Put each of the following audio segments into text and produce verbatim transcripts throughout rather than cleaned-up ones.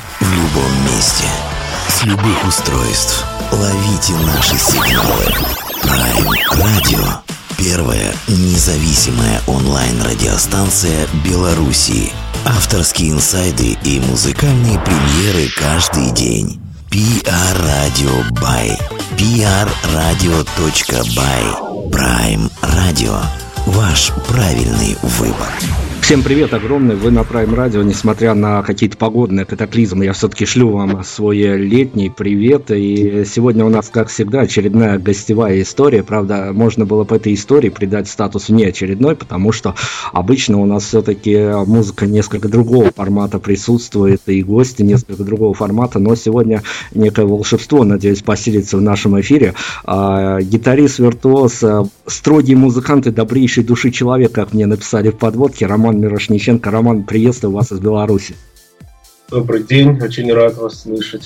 в любом месте, с любых устройств. Ловите наши сигналы. Prime Radio. Первая независимая онлайн-радиостанция Беларуси. Авторские инсайды и музыкальные премьеры каждый день. пи ар Radio by пи ар радио точка бай. Prime Radio. Ваш правильный выбор. Всем привет огромный, вы на Prime Radio, несмотря на какие-то погодные катаклизмы, я все-таки шлю вам свой летний привет, и сегодня у нас, как всегда, очередная гостевая история, правда, можно было бы этой истории придать статус внеочередной, потому что обычно у нас все-таки музыка несколько другого формата присутствует, и гости несколько другого формата, но сегодня некое волшебство, надеюсь, поселится в нашем эфире. А, гитарист, виртуоз, строгий музыкант и добрейшей души человек, как мне написали в подводке, Роман Мирошниченко. Роман, приветствую вас из Беларуси. Добрый день, очень рад вас слышать.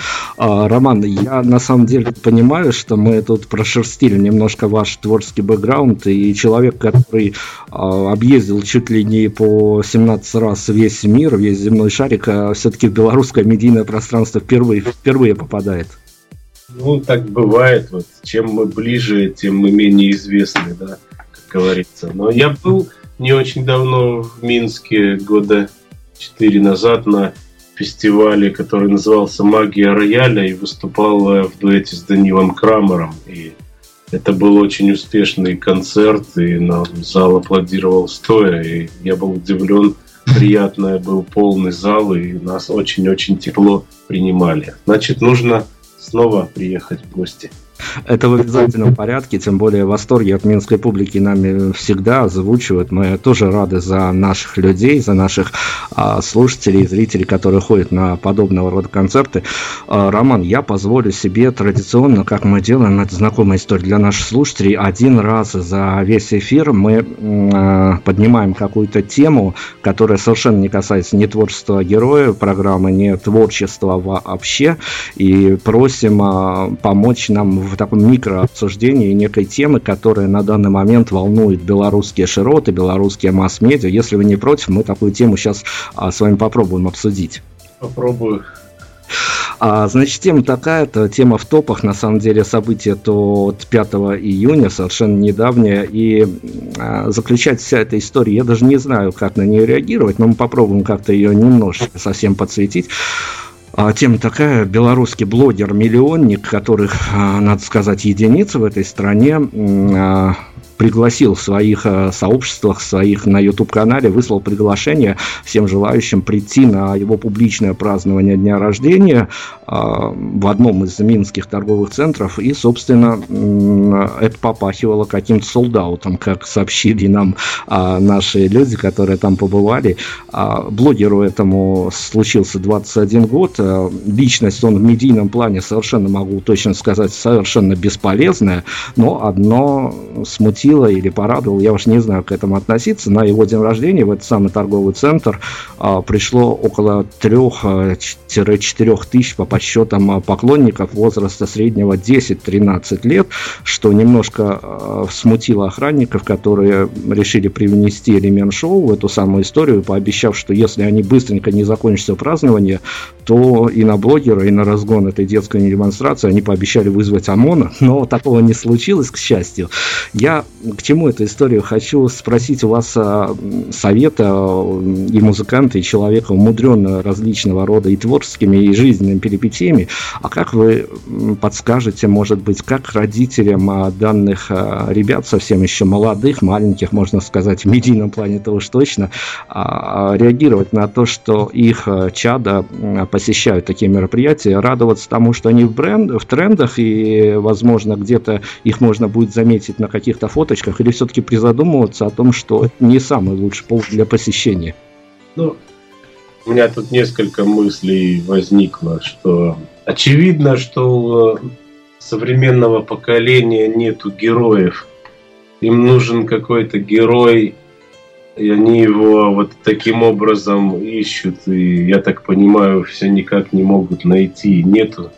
А, Роман, я на самом деле понимаю, что мы тут прошерстили немножко ваш творческий бэкграунд, и человек, который а, объездил чуть ли не по семнадцать раз весь мир, весь земной шарик, а, все-таки в белорусское медийное пространство впервые, впервые попадает. Ну, так бывает. Вот. Чем мы ближе, тем мы менее известны, да, как говорится. Но я был не очень давно в Минске, года четыре назад, на фестивале, который назывался «Магия рояля», и выступал в дуэте с Данилом Крамером. И это был очень успешный концерт, и нам зал аплодировал стоя, и я был удивлен. Приятно, был полный зал, и нас очень-очень тепло принимали. Значит, нужно снова приехать в гости. Это в обязательном порядке, тем более восторги от минской публики нами всегда озвучивают. Мы тоже рады за наших людей, за наших а, слушателей, зрителей, которые ходят на подобного рода концерты. А, Роман, я позволю себе традиционно, как мы делаем, это знакомая история для наших слушателей, один раз за весь эфир мы а, поднимаем какую-то тему, которая совершенно не касается ни творчества героя программы, ни творчества вообще, и просим а, помочь нам в таком микрообсуждении некой темы, которая на данный момент волнует белорусские широты, белорусские масс-медиа. Если вы не против, мы такую тему сейчас а, с вами попробуем обсудить. Попробую. А, значит, тема такая-то, тема в топах, на самом деле событие то от пятого июня, совершенно недавнее, и а, заключать вся эта история, я даже не знаю, как на нее реагировать, но мы попробуем как-то ее немножко совсем подсветить. А, тема такая: белорусский блогер-миллионник, которых, надо сказать, единицы в этой стране, пригласил в своих сообществах, в своих на YouTube-канале, выслал приглашение всем желающим прийти на его публичное празднование дня рождения в одном из минских торговых центров, и, собственно, это попахивало каким-то солдаутом, как сообщили нам наши люди, которые там побывали. Блогеру этому случился двадцать один год, личность он в медийном плане, совершенно могу точно сказать, совершенно бесполезная, но одно смутило или порадовал, я уж не знаю, к этому относиться. На его день рождения в этот самый торговый центр а, пришло около трех-четырех тысяч по подсчетам поклонников возраста среднего десять-тринадцать лет, что немножко а, смутило охранников, которые решили привнести элемент шоу в эту самую историю, пообещав, что если они быстренько не закончатся празднование, то и на блогера, и на разгон этой детской демонстрации они пообещали вызвать ОМОНа, но такого не случилось, к счастью. Я к чему эту историю хочу спросить у вас а, совета и музыканта, и человека, умудренного различного рода и творческими, и жизненными перипетиями. А как вы подскажете, может быть, как родителям а, данных а, ребят, совсем еще молодых, маленьких, можно сказать, в медийном плане-то уж точно, а, реагировать на то, что их а, чада а, посещают такие мероприятия, радоваться тому, что они в, бренд, в трендах, и, возможно, где-то их можно будет заметить на каких-то фоточках, или все-таки призадумываться о том, что это не самый лучший повод для посещения? Ну, у меня тут несколько мыслей возникло, что очевидно, что у современного поколения нету героев. Им нужен какой-то герой, и они его вот таким образом ищут, и, я так понимаю, все никак не могут найти. Нету,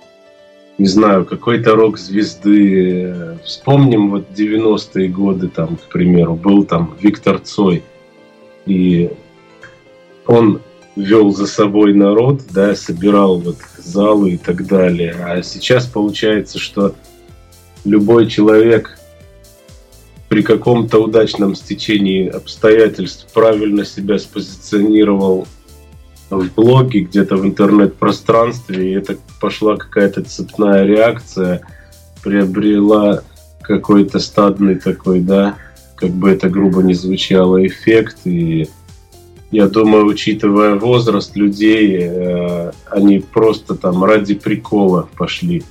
не знаю, какой-то рок-звезды. Вспомним вот девяностые годы, там, к примеру, был там Виктор Цой. И он вел за собой народ, да, собирал вот залы и так далее. А сейчас получается, что любой человек при каком-то удачном стечении обстоятельств правильно себя спозиционировал в блоге, где-то в интернет-пространстве, и это пошла какая-то цепная реакция, приобрела какой-то стадный такой, да, как бы это грубо не звучало, эффект. И я думаю, учитывая возраст людей, э, они просто там ради прикола пошли.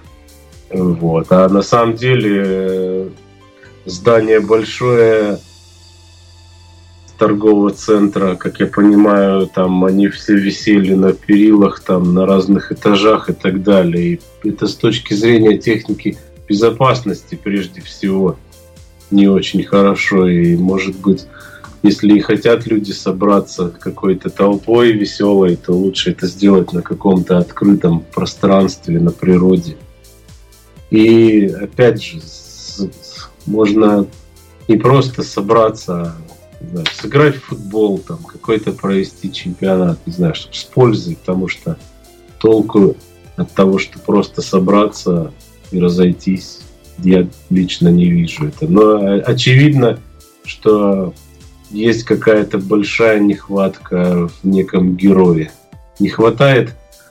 Вот. А на самом деле э, здание большое, торгового центра, как я понимаю, там они все висели на перилах, там на разных этажах и так далее. И это с точки зрения техники безопасности прежде всего не очень хорошо. И, может быть, если и хотят люди собраться какой-то толпой веселой, то лучше это сделать на каком-то открытом пространстве, на природе. И опять же, можно не просто собраться, не знаю, сыграть в футбол, там, какой-то провести чемпионат, не знаю, чтобы с пользой, потому что толку от того, что просто собраться и разойтись, я лично не вижу это. Но очевидно, что есть какая-то большая нехватка в неком герое. Не хватает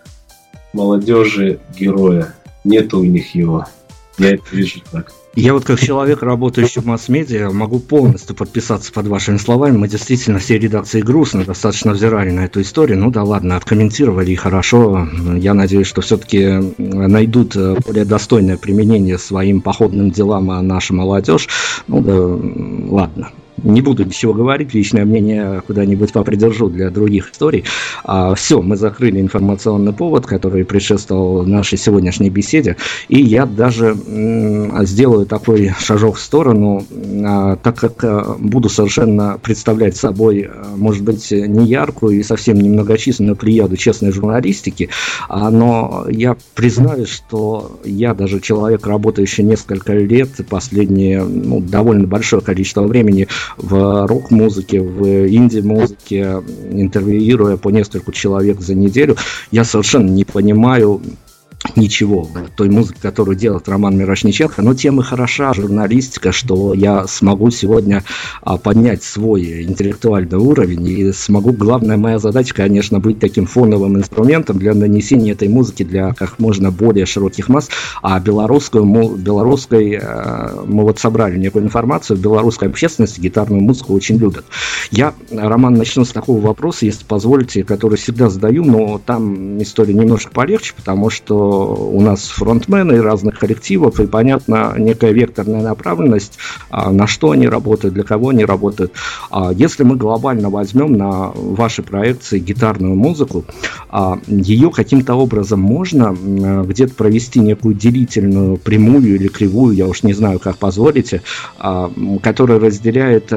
молодежи героя. Нет у них его. Я это вижу так. Я вот как человек, работающий в масс-медиа, могу полностью подписаться под вашими словами. Мы действительно все редакции грустно, достаточно взирали на эту историю. Ну да ладно, откомментировали и хорошо. Я надеюсь, что все-таки найдут более достойное применение своим походным делам, а наша молодежь. Ну да ладно. Не буду ничего говорить, личное мнение куда-нибудь попридержу для других историй. А, все, мы закрыли информационный повод, который предшествовал нашей сегодняшней беседе. И я даже м, сделаю такой шажок в сторону, а, так как а, буду совершенно представлять собой, а, может быть, не яркую и совсем немногочисленную плеяду честной журналистики, а, но я признаюсь, что я даже человек, работающий несколько лет, последние, ну, довольно большое количество времени в рок-музыке, в инди-музыке, интервьюируя по нескольку человек за неделю, я совершенно не понимаю ничего той музыки, которую делает Роман Мирошниченко, но тем и хороша журналистика, что я смогу сегодня а, поднять свой интеллектуальный уровень и смогу, главная моя задача, конечно, быть таким фоновым инструментом для нанесения этой музыки для как можно более широких масс, а белорусскую, белорусской, мы вот собрали некую информацию, в белорусской общественности гитарную музыку очень любят. Я, Роман, начну с такого вопроса, если позволите, который всегда задаю, но там история немножко полегче, потому что у нас фронтмены разных коллективов, и, понятно, некая векторная направленность, на что они работают, для кого они работают. Если мы глобально возьмем на ваши проекции гитарную музыку, ее каким-то образом можно где-то провести некую делительную прямую или кривую, я уж не знаю, как позволите, которая разделяет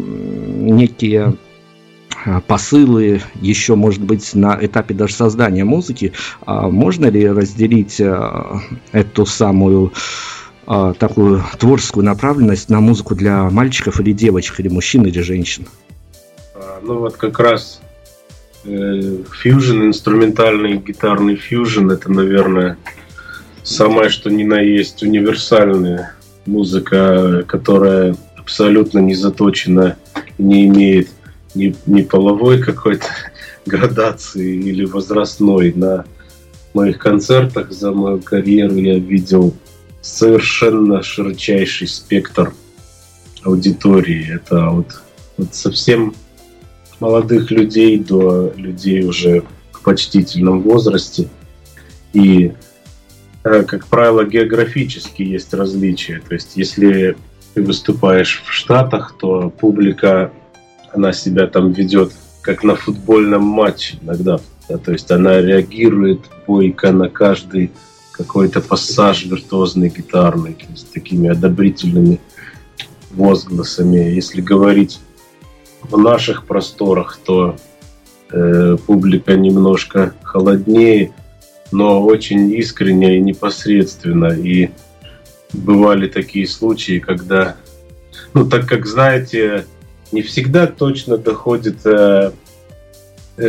некие посылы еще, может быть, на этапе даже создания музыки. Можно ли разделить эту самую такую творческую направленность на музыку для мальчиков или девочек, или мужчин, или женщин? Ну вот как раз фьюжн, инструментальный гитарный фьюжн, это, наверное, самое что ни на есть универсальная музыка, которая абсолютно не заточена, не имеет ни, ни половой какой-то градации или возрастной. На моих концертах за мою карьеру я видел совершенно широчайший спектр аудитории. Это вот, вот совсем молодых людей до людей уже в почтительном возрасте. И, как правило, географически есть различия. То есть, если ты выступаешь в Штатах, то публика, она себя там ведет как на футбольном матче иногда. Да, то есть она реагирует бойко на каждый какой-то пассаж виртуозный гитарный, то есть такими одобрительными возгласами. Если говорить в наших просторах, то э, публика немножко холоднее, но очень искренне и непосредственно. И бывали такие случаи, когда, ну, так как, знаете, не всегда точно доходит э, э,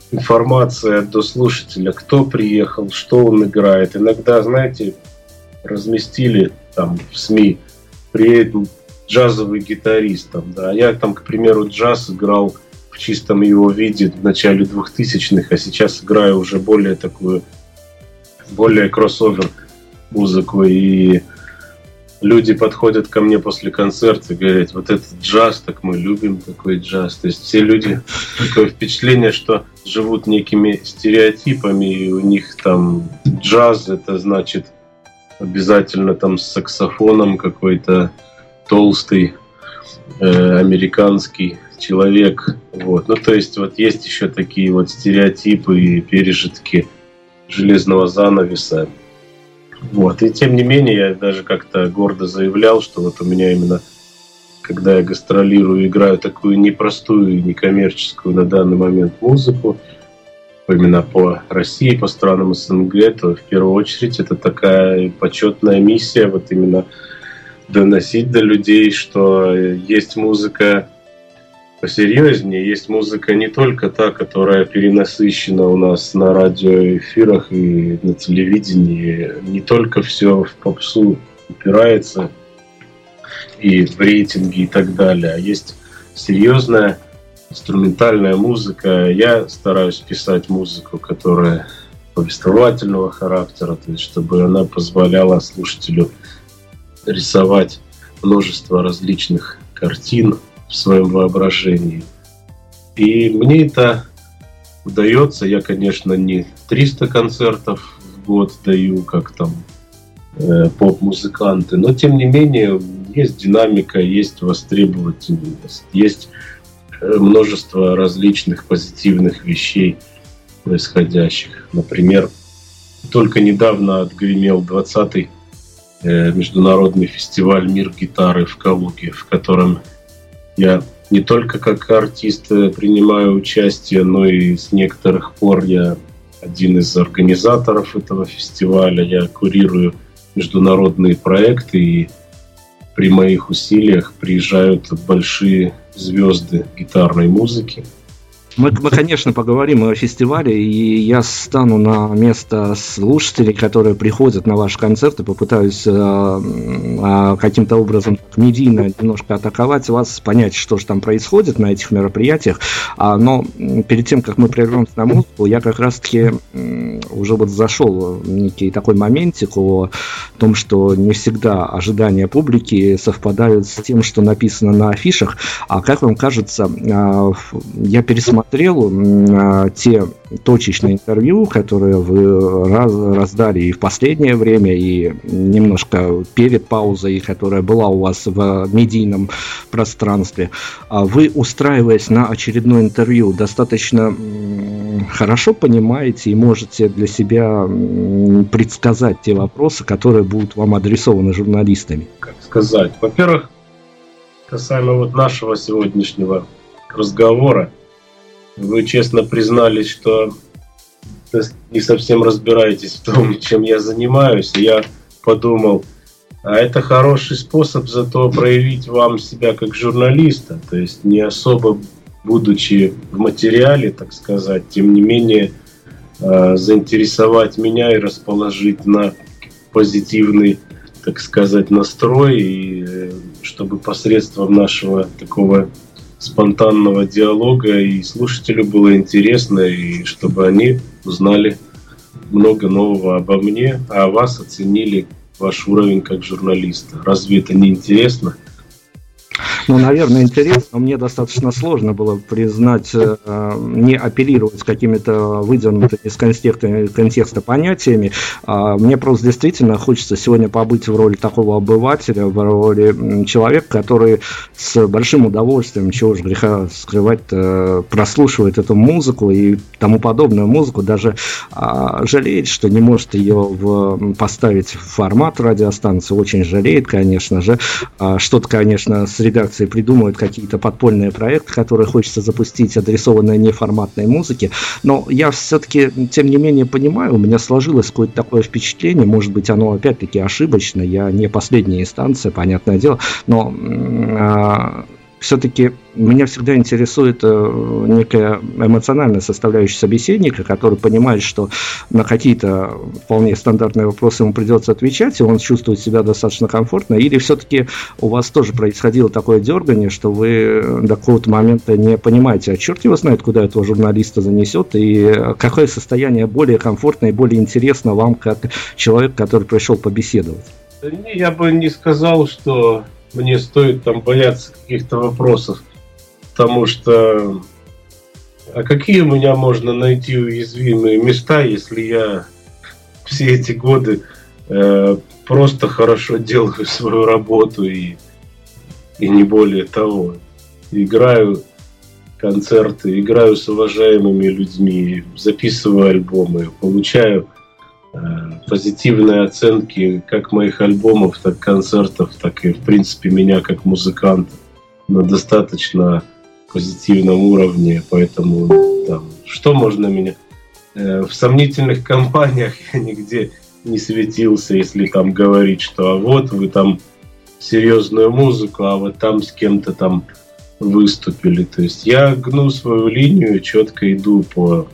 информация до слушателя, кто приехал, что он играет. Иногда, знаете, разместили там в СМИ, приедет джазовый гитарист. Там, да. Я там, к примеру, джаз играл в чистом его виде в начале двухтысячных, а сейчас играю уже более такую, более кроссовер музыку. И люди подходят ко мне после концерта и говорят, вот этот джаз, так мы любим такой джаз. То есть все люди, такое впечатление, что живут некими стереотипами, и у них там джаз, это значит обязательно там с саксофоном какой-то толстый э, американский человек. Вот. Ну, то есть вот есть еще такие вот стереотипы и пережитки железного занавеса. Вот. И тем не менее, я даже как-то гордо заявлял, что вот у меня именно, когда я гастролирую, играю такую непростую, некоммерческую на данный момент музыку, именно по России, по странам СНГ, то в первую очередь это такая почетная миссия, вот именно доносить до людей, что есть музыка посерьезнее, есть музыка не только та, которая перенасыщена у нас на радиоэфирах и на телевидении, не только все в попсу упирается и в рейтинги и так далее, а есть серьезная инструментальная музыка. Я стараюсь писать музыку, которая повествовательного характера, то есть чтобы она позволяла слушателю рисовать множество различных картин в своем воображении. И мне это удается. Я, конечно, не триста концертов в год даю, как там э, поп-музыканты, но тем не менее есть динамика, есть востребовательность, есть множество различных позитивных вещей происходящих. Например, только недавно отгремел двадцатый э, международный фестиваль «Мир гитары» в Калуге, в котором я не только как артист принимаю участие, но и с некоторых пор я один из организаторов этого фестиваля. Я курирую международные проекты, и при моих усилиях приезжают большие звезды гитарной музыки. Мы, мы, конечно, поговорим о фестивале, и я стану на место слушателей, которые приходят на ваши концерты, попытаюсь э, э, каким-то образом медийно немножко атаковать вас, понять, что же там происходит на этих мероприятиях. А, но перед тем, как мы прервемся на музыку, я как раз-таки э, уже вот зашел в некий такой моментик о том, что не всегда ожидания публики совпадают с тем, что написано на афишах. А как вам кажется, э, я пересмотрел Смотрел те точечные интервью, которые вы раз, раздали и в последнее время, и немножко перед паузой, которая была у вас в медийном пространстве. Вы, устраиваясь на очередное интервью, достаточно хорошо понимаете и можете для себя предсказать те вопросы, которые будут вам адресованы журналистами? Как сказать? Во-первых, касаемо вот нашего сегодняшнего разговора, вы честно признались, что не совсем разбираетесь в том, чем я занимаюсь. И я подумал, а это хороший способ зато проявить вам себя как журналиста. То есть не особо будучи в материале, так сказать, тем не менее заинтересовать меня и расположить на позитивный, так сказать, настрой. И чтобы посредством нашего такого спонтанного диалога и слушателю было интересно, и чтобы они узнали много нового обо мне, а о вас оценили ваш уровень как журналиста. Разве это не интересно? Ну, наверное, интересно, но мне достаточно сложно было признать, э, не апеллировать какими-то выдернутыми из контекста, контекста понятиями. А мне просто действительно хочется сегодня побыть в роли такого обывателя, в роли человека, который с большим удовольствием, чего же греха скрывать, э, прослушивает эту музыку и тому подобную музыку, даже э, жалеет, что не может ее в, поставить в формат радиостанции, очень жалеет, конечно же. А что-то, конечно, с редакцией придумывают какие-то подпольные проекты, которые хочется запустить, адресованные неформатной музыке. Но я все-таки, тем не менее, понимаю, у меня сложилось какое-то такое впечатление, может быть, оно опять-таки ошибочно, я не последняя инстанция, понятное дело, но э, все-таки меня всегда интересует э, некая эмоциональная составляющая собеседника, который понимает, что на какие-то вполне стандартные вопросы ему придется отвечать, и он чувствует себя достаточно комфортно, или все-таки у вас тоже происходило такое дергание, что вы до какого-то момента не понимаете, а черт его знает, куда этого журналиста занесет, и какое состояние более комфортное и более интересно вам, как человек, который пришел побеседовать? Я бы не сказал, что мне стоит там бояться каких-то вопросов, потому что а какие у меня можно найти уязвимые места, если я все эти годы э, просто хорошо делаю свою работу и, и не более того. Играю концерты, играю с уважаемыми людьми, записываю альбомы, получаю позитивные оценки как моих альбомов, так и концертов, так и, в принципе, меня как музыканта на достаточно позитивном уровне. Поэтому там, что можно меня... В сомнительных компаниях я нигде не светился, если там говорить, что а вот вы там серьезную музыку, а вот там с кем-то там выступили. То есть я гну свою линию, четко иду по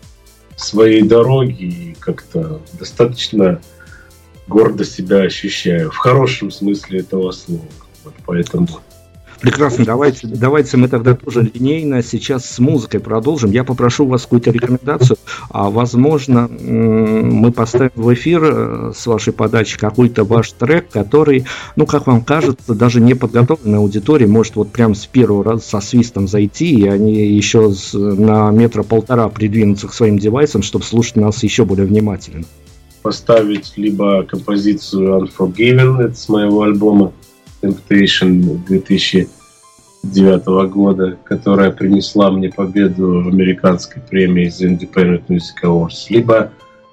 своей дороги и как-то достаточно гордо себя ощущаю. В хорошем смысле этого слова. Вот поэтому... Прекрасно, давайте, давайте мы тогда тоже линейно сейчас с музыкой продолжим. Я попрошу у вас какую-то рекомендацию, а возможно мы поставим в эфир с вашей подачи какой-то ваш трек, который, ну как вам кажется, даже не подготовленной аудитории может вот прям с первого раза со свистом зайти, и они еще на метра полтора придвинутся к своим девайсам, чтобы слушать нас еще более внимательно. Поставить либо композицию Unforgiven, это с моего альбома Temptation две тысячи девятого года, которая принесла мне победу в американской премии The Independent Music Awards. Либо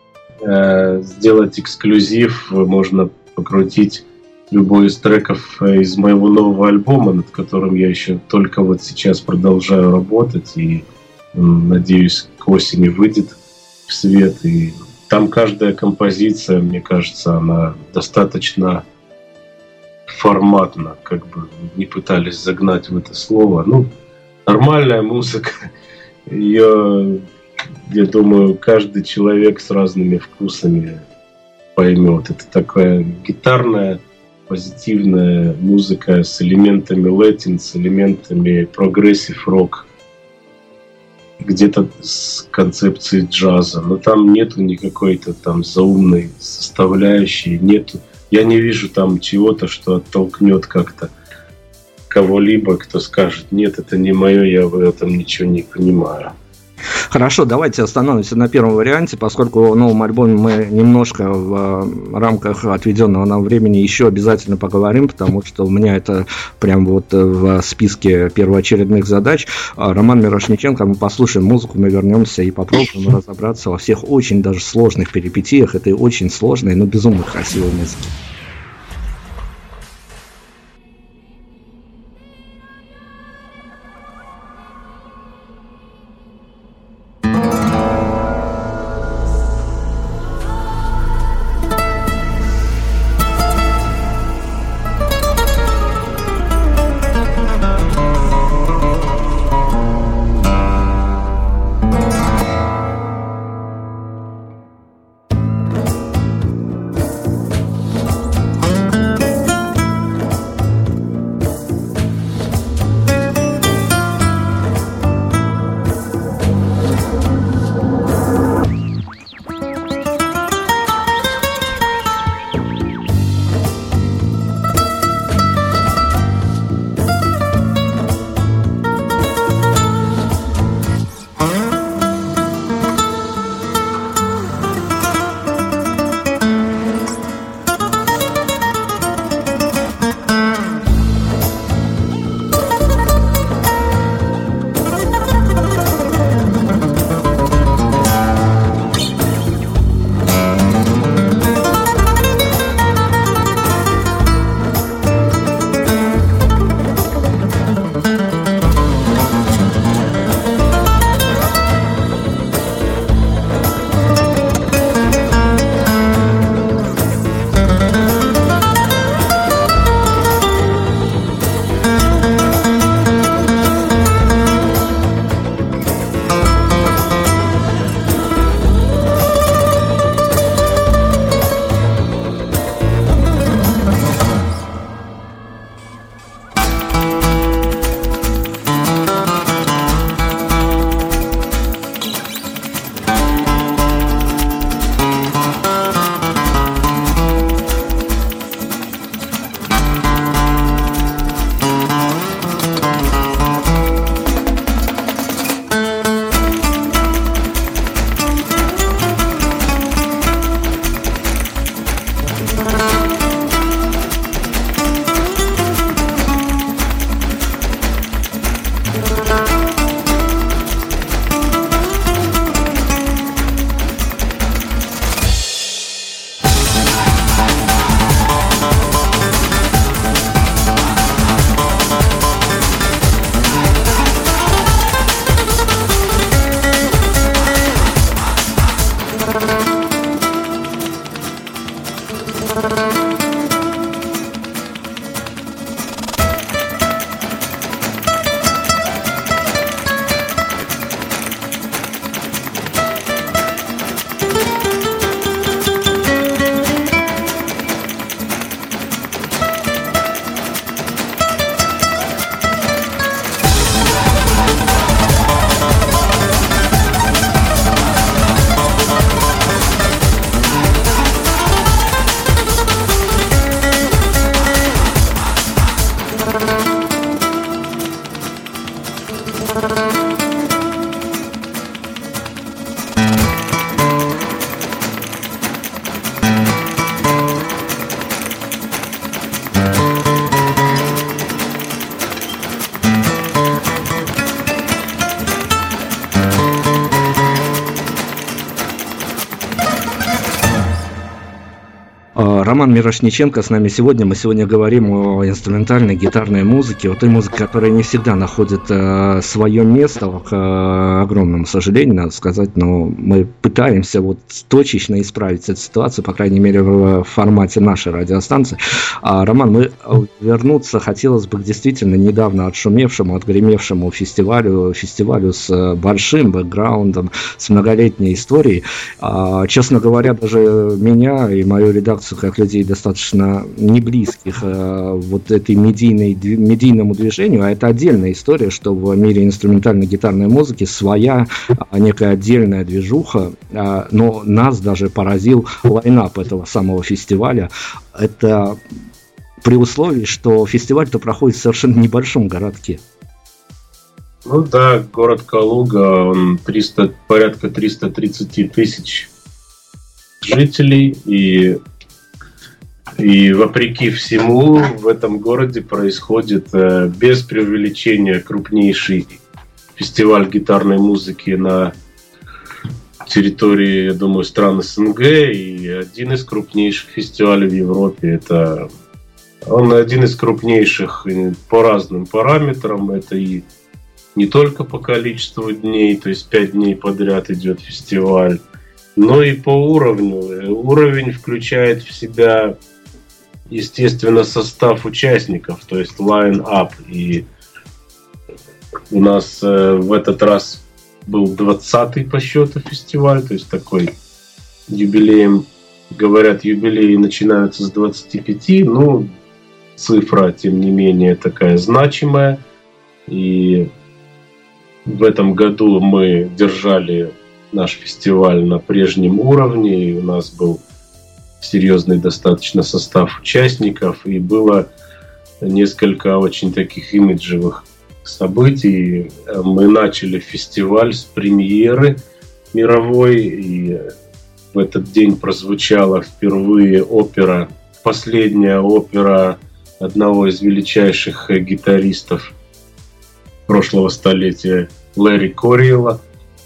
э, сделать эксклюзив, можно покрутить любой из треков из моего нового альбома, над которым я еще только вот сейчас продолжаю работать и, надеюсь, к осени выйдет в свет. И там каждая композиция, мне кажется, она достаточно форматно, как бы не пытались загнать в это слово. Ну, нормальная музыка. Ее, я думаю, каждый человек с разными вкусами поймет. Это такая гитарная, позитивная музыка с элементами латин, с элементами прогрессив рок, где-то с концепцией джаза. Но там нету никакой-то там заумной составляющей, нету. Я не вижу там чего-то, что оттолкнет как-то кого-либо, кто скажет, нет, это не мое, я в этом ничего не понимаю. Хорошо, давайте остановимся на первом варианте, поскольку о новом альбоме мы немножко в рамках отведенного нам времени еще обязательно поговорим, потому что у меня это прям вот в списке первоочередных задач. Роман Мирошниченко, мы послушаем музыку, мы вернемся и попробуем разобраться во всех очень даже сложных перипетиях этой очень сложной, но безумно красивой музыки. Роман Мирошниченко с нами сегодня. Мы сегодня говорим о инструментальной гитарной музыке, о той музыке, которая не всегда находит э, свое место, к э, огромному сожалению, надо сказать, но мы пытаемся вот точечно исправить эту ситуацию, по крайней мере, в формате нашей радиостанции. А, Роман, мы вернуться хотелось бы к действительно недавно отшумевшему, отгремевшему фестивалю, фестивалю с большим бэкграундом, с многолетней историей. А, честно говоря, даже меня и мою редакцию, как людей достаточно неблизких э, вот этой медийной, медийному движению, а это отдельная история, что в мире инструментальной гитарной музыки своя а, некая отдельная движуха, а, но нас даже поразил лайнап этого самого фестиваля. Это при условии, что фестиваль-то проходит в совершенно небольшом городке. Ну да, город Калуга, он триста, порядка триста тридцать тысяч жителей, и И вопреки всему в этом городе происходит э, без преувеличения крупнейший фестиваль гитарной музыки на территории, я думаю, стран СНГ, и один из крупнейших фестивалей в Европе. Это он один из крупнейших по разным параметрам. Это и не только по количеству дней, то есть пять дней подряд идет фестиваль, но и по уровню. Уровень включает в себя, естественно, состав участников, то есть line-up. И у нас э, в этот раз был двадцатый по счету фестиваль, то есть такой юбилеем. Говорят, юбилеи начинаются с двадцати пяти, но цифра, тем не менее, такая значимая. И в этом году мы держали наш фестиваль на прежнем уровне, и у нас был серьезный достаточно состав участников, и было несколько очень таких имиджевых событий. Мы начали фестиваль с премьеры мировой, и в этот день прозвучала впервые опера, последняя опера одного из величайших гитаристов прошлого столетия, Ларри Кориэла.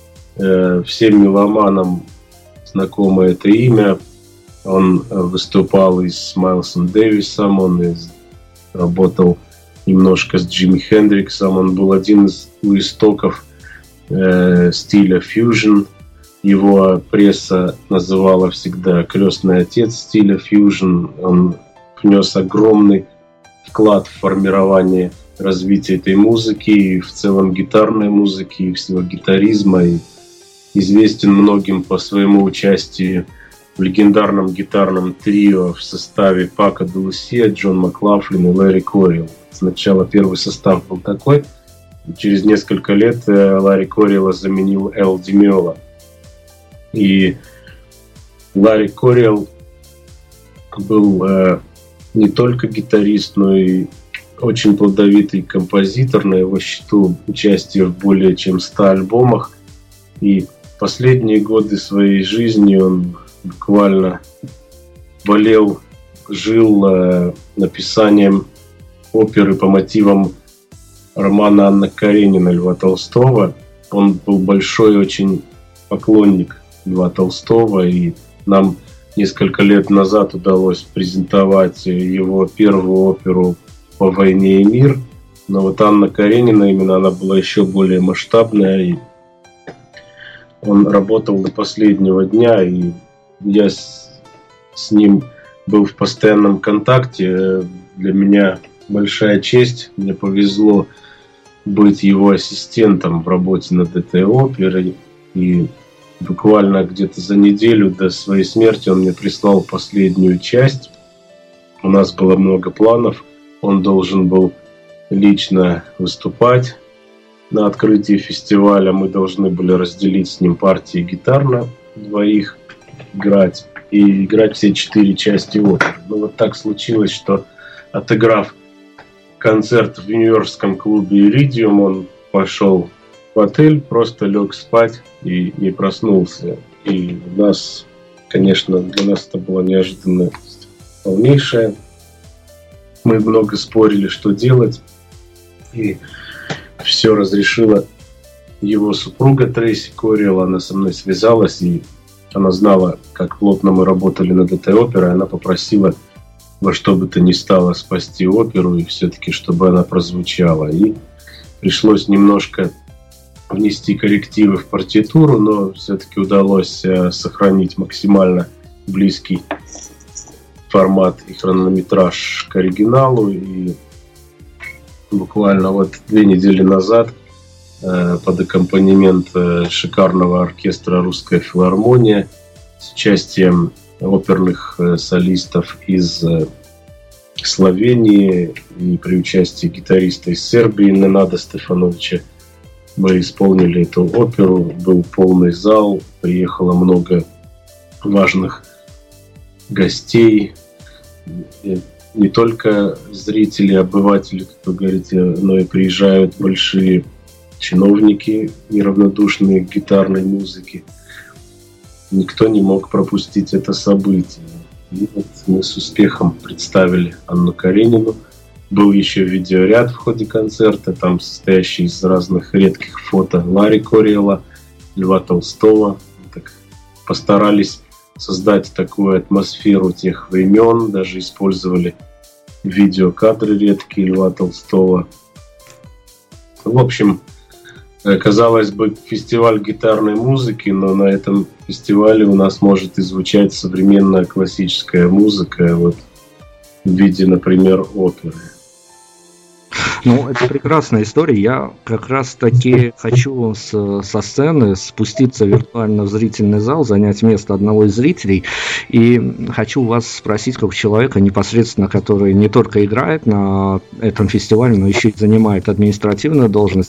Всем меломанам знакомо это имя. Он выступал и с Майлсом Дэвисом, он и работал немножко с Джимми Хендриксом. Он был один из истоков э, стиля фьюжн. Его пресса называла всегда крестный отец стиля фьюжн. Он внес огромный вклад в формирование развития этой музыки, и в целом гитарной музыки, и всего гитаризма. И известен многим по своему участию в легендарном гитарном трио в составе Пако де Лусия, Джон Маклафлин и Ларри Кориэл. Сначала первый состав был такой, и через несколько лет Ларри Кориэла заменил Эл Ди Меола. И Ларри Кориэл был э, не только гитарист, но и очень плодовитый композитор. На его счету участие в более чем ста альбомах. И последние годы своей жизни он буквально болел, жил э, написанием оперы по мотивам романа Анна Каренина Льва Толстого. Он был большой очень поклонник Льва Толстого, и нам несколько лет назад удалось презентовать его первую оперу «По войне и мир». Но вот Анна Каренина, именно она была еще более масштабная, и он работал до последнего дня, и я с, с ним был в постоянном контакте. Для меня большая честь, мне повезло быть его ассистентом в работе над этой оперой, и буквально где-то за неделю до своей смерти он мне прислал последнюю часть. У нас было много планов, он должен был лично выступать на открытии фестиваля, мы должны были разделить с ним партии гитар на двоих, играть и играть все четыре части оперы. Но вот так случилось, что, отыграв концерт в нью-йоркском клубе «Иридиум», он пошел в отель, просто лег спать и не проснулся. И у нас, конечно, для нас это была неожиданность полнейшая. Мы много спорили, что делать, и все разрешила его супруга Трейси Кориэл. Она со мной связалась, и она знала, как плотно мы работали над этой оперой, она попросила во что бы то ни стало спасти оперу и все-таки, чтобы она прозвучала. И пришлось немножко внести коррективы в партитуру, но все-таки удалось сохранить максимально близкий формат и хронометраж к оригиналу. И буквально вот две недели назад под аккомпанемент шикарного оркестра «Русская филармония» с участием оперных солистов из Словении и при участии гитариста из Сербии Ненада Стефановича мы исполнили эту оперу. Был полный зал, приехало много важных гостей, не только зрители, обыватели, как вы говорите, но и приезжают большие чиновники, неравнодушные к гитарной музыке. Никто не мог пропустить это событие. И вот мы с успехом представили Анну Каренину. Был еще видеоряд в ходе концерта, там состоящий из разных редких фото Ларри Кориэла, Льва Толстого. Так постарались создать такую атмосферу тех времен, даже использовали видеокадры редкие Льва Толстого. В общем, казалось бы, фестиваль гитарной музыки, но на этом фестивале у нас может и звучать современная классическая музыка, вот в виде, например, оперы. Ну, это прекрасная история. Я как раз таки хочу с, со сцены спуститься виртуально в зрительный зал, занять место одного из зрителей. И хочу вас спросить, как человека, непосредственно, который не только играет на этом фестивале, но еще и занимает административную должность.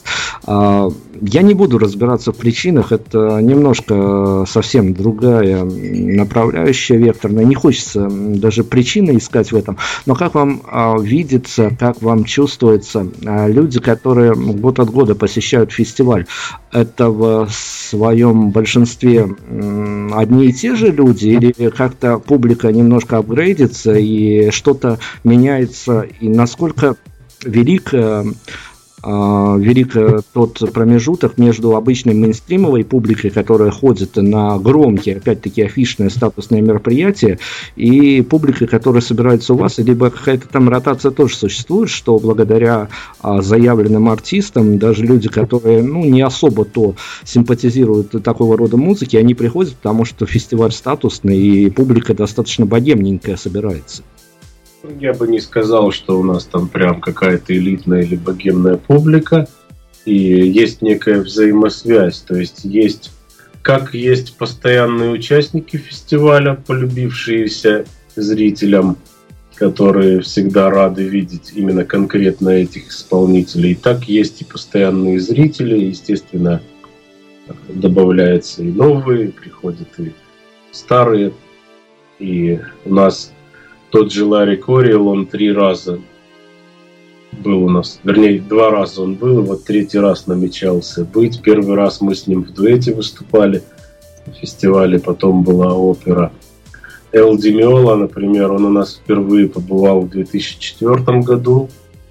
Я не буду разбираться в причинах, это немножко совсем другая направляющая, векторная. Не хочется даже причины искать в этом. Но как вам видится, как вам чувствуется, люди, которые год от года посещают фестиваль, это в своем большинстве одни и те же люди, или как-то публика немножко апгрейдится и что-то меняется, и насколько велик велик тот промежуток между обычной мейнстримовой публикой, которая ходит на громкие, опять-таки, афишные статусные мероприятия, и публикой, которая собирается у вас, либо какая-то там ротация тоже существует, что благодаря заявленным артистам, даже люди, которые ну, не особо то симпатизируют такого рода музыки, они приходят, потому что фестиваль статусный, и публика достаточно богемненькая собирается. Я бы не сказал, что у нас там прям какая-то элитная или богемная публика. И есть некая взаимосвязь. То есть есть, как есть постоянные участники фестиваля, полюбившиеся зрителям, которые всегда рады видеть именно конкретно этих исполнителей. Так есть и постоянные зрители. Естественно, добавляются и новые, приходят и старые. И у нас тот же Ларри Кориэл, он три раза был у нас, вернее, два раза он был, и вот третий раз намечался быть. Первый раз мы с ним в дуэте выступали на фестивале, потом была опера. Эл Ди Меола, например, он у нас впервые побывал в две тысячи четвёртом году,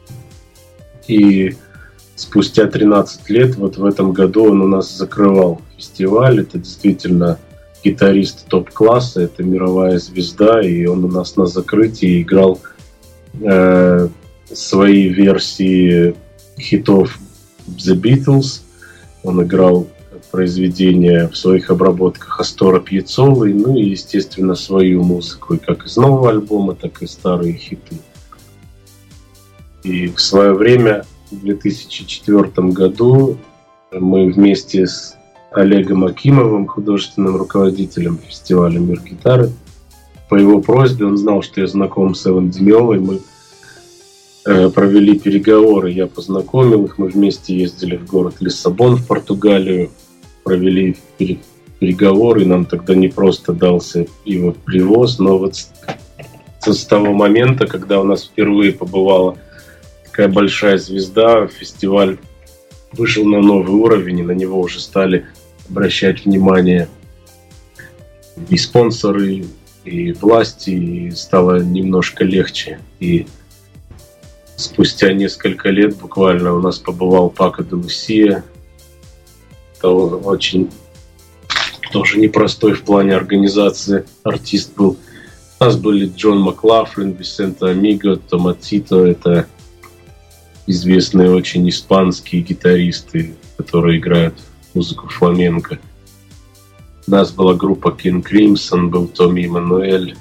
и спустя тринадцать лет, вот в этом году он у нас закрывал фестиваль. Это действительно гитарист топ-класса, это мировая звезда, и он у нас на закрытии играл э, свои версии хитов The Beatles. Он играл произведения в своих обработках Астора Пьяццолы, ну и, естественно, свою музыку, как из нового альбома, так и старые хиты. И в свое время, в две тысячи четвёртом году, мы вместе с Олегом Акимовым, художественным руководителем фестиваля «Мир гитары», по его просьбе, он знал, что я знаком с Элом Ди Меолой, мы э, провели переговоры, я познакомил их, мы вместе ездили в город Лиссабон, в Португалию, провели пере- переговоры, нам тогда не просто дался его привоз, но вот с, с того момента, когда у нас впервые побывала такая большая звезда, фестиваль вышел на новый уровень, и на него уже стали обращать внимание и спонсоры, и власти, и стало немножко легче. И спустя несколько лет буквально у нас побывал Пако де Лусия. Это очень тоже непростой в плане организации артист был. У нас были Джон Маклафлин, Висенто Амиго, Томатито. Это известные очень испанские гитаристы, которые играют музыку фламенко. У нас была группа King Crimson, был Томми Эммануэль,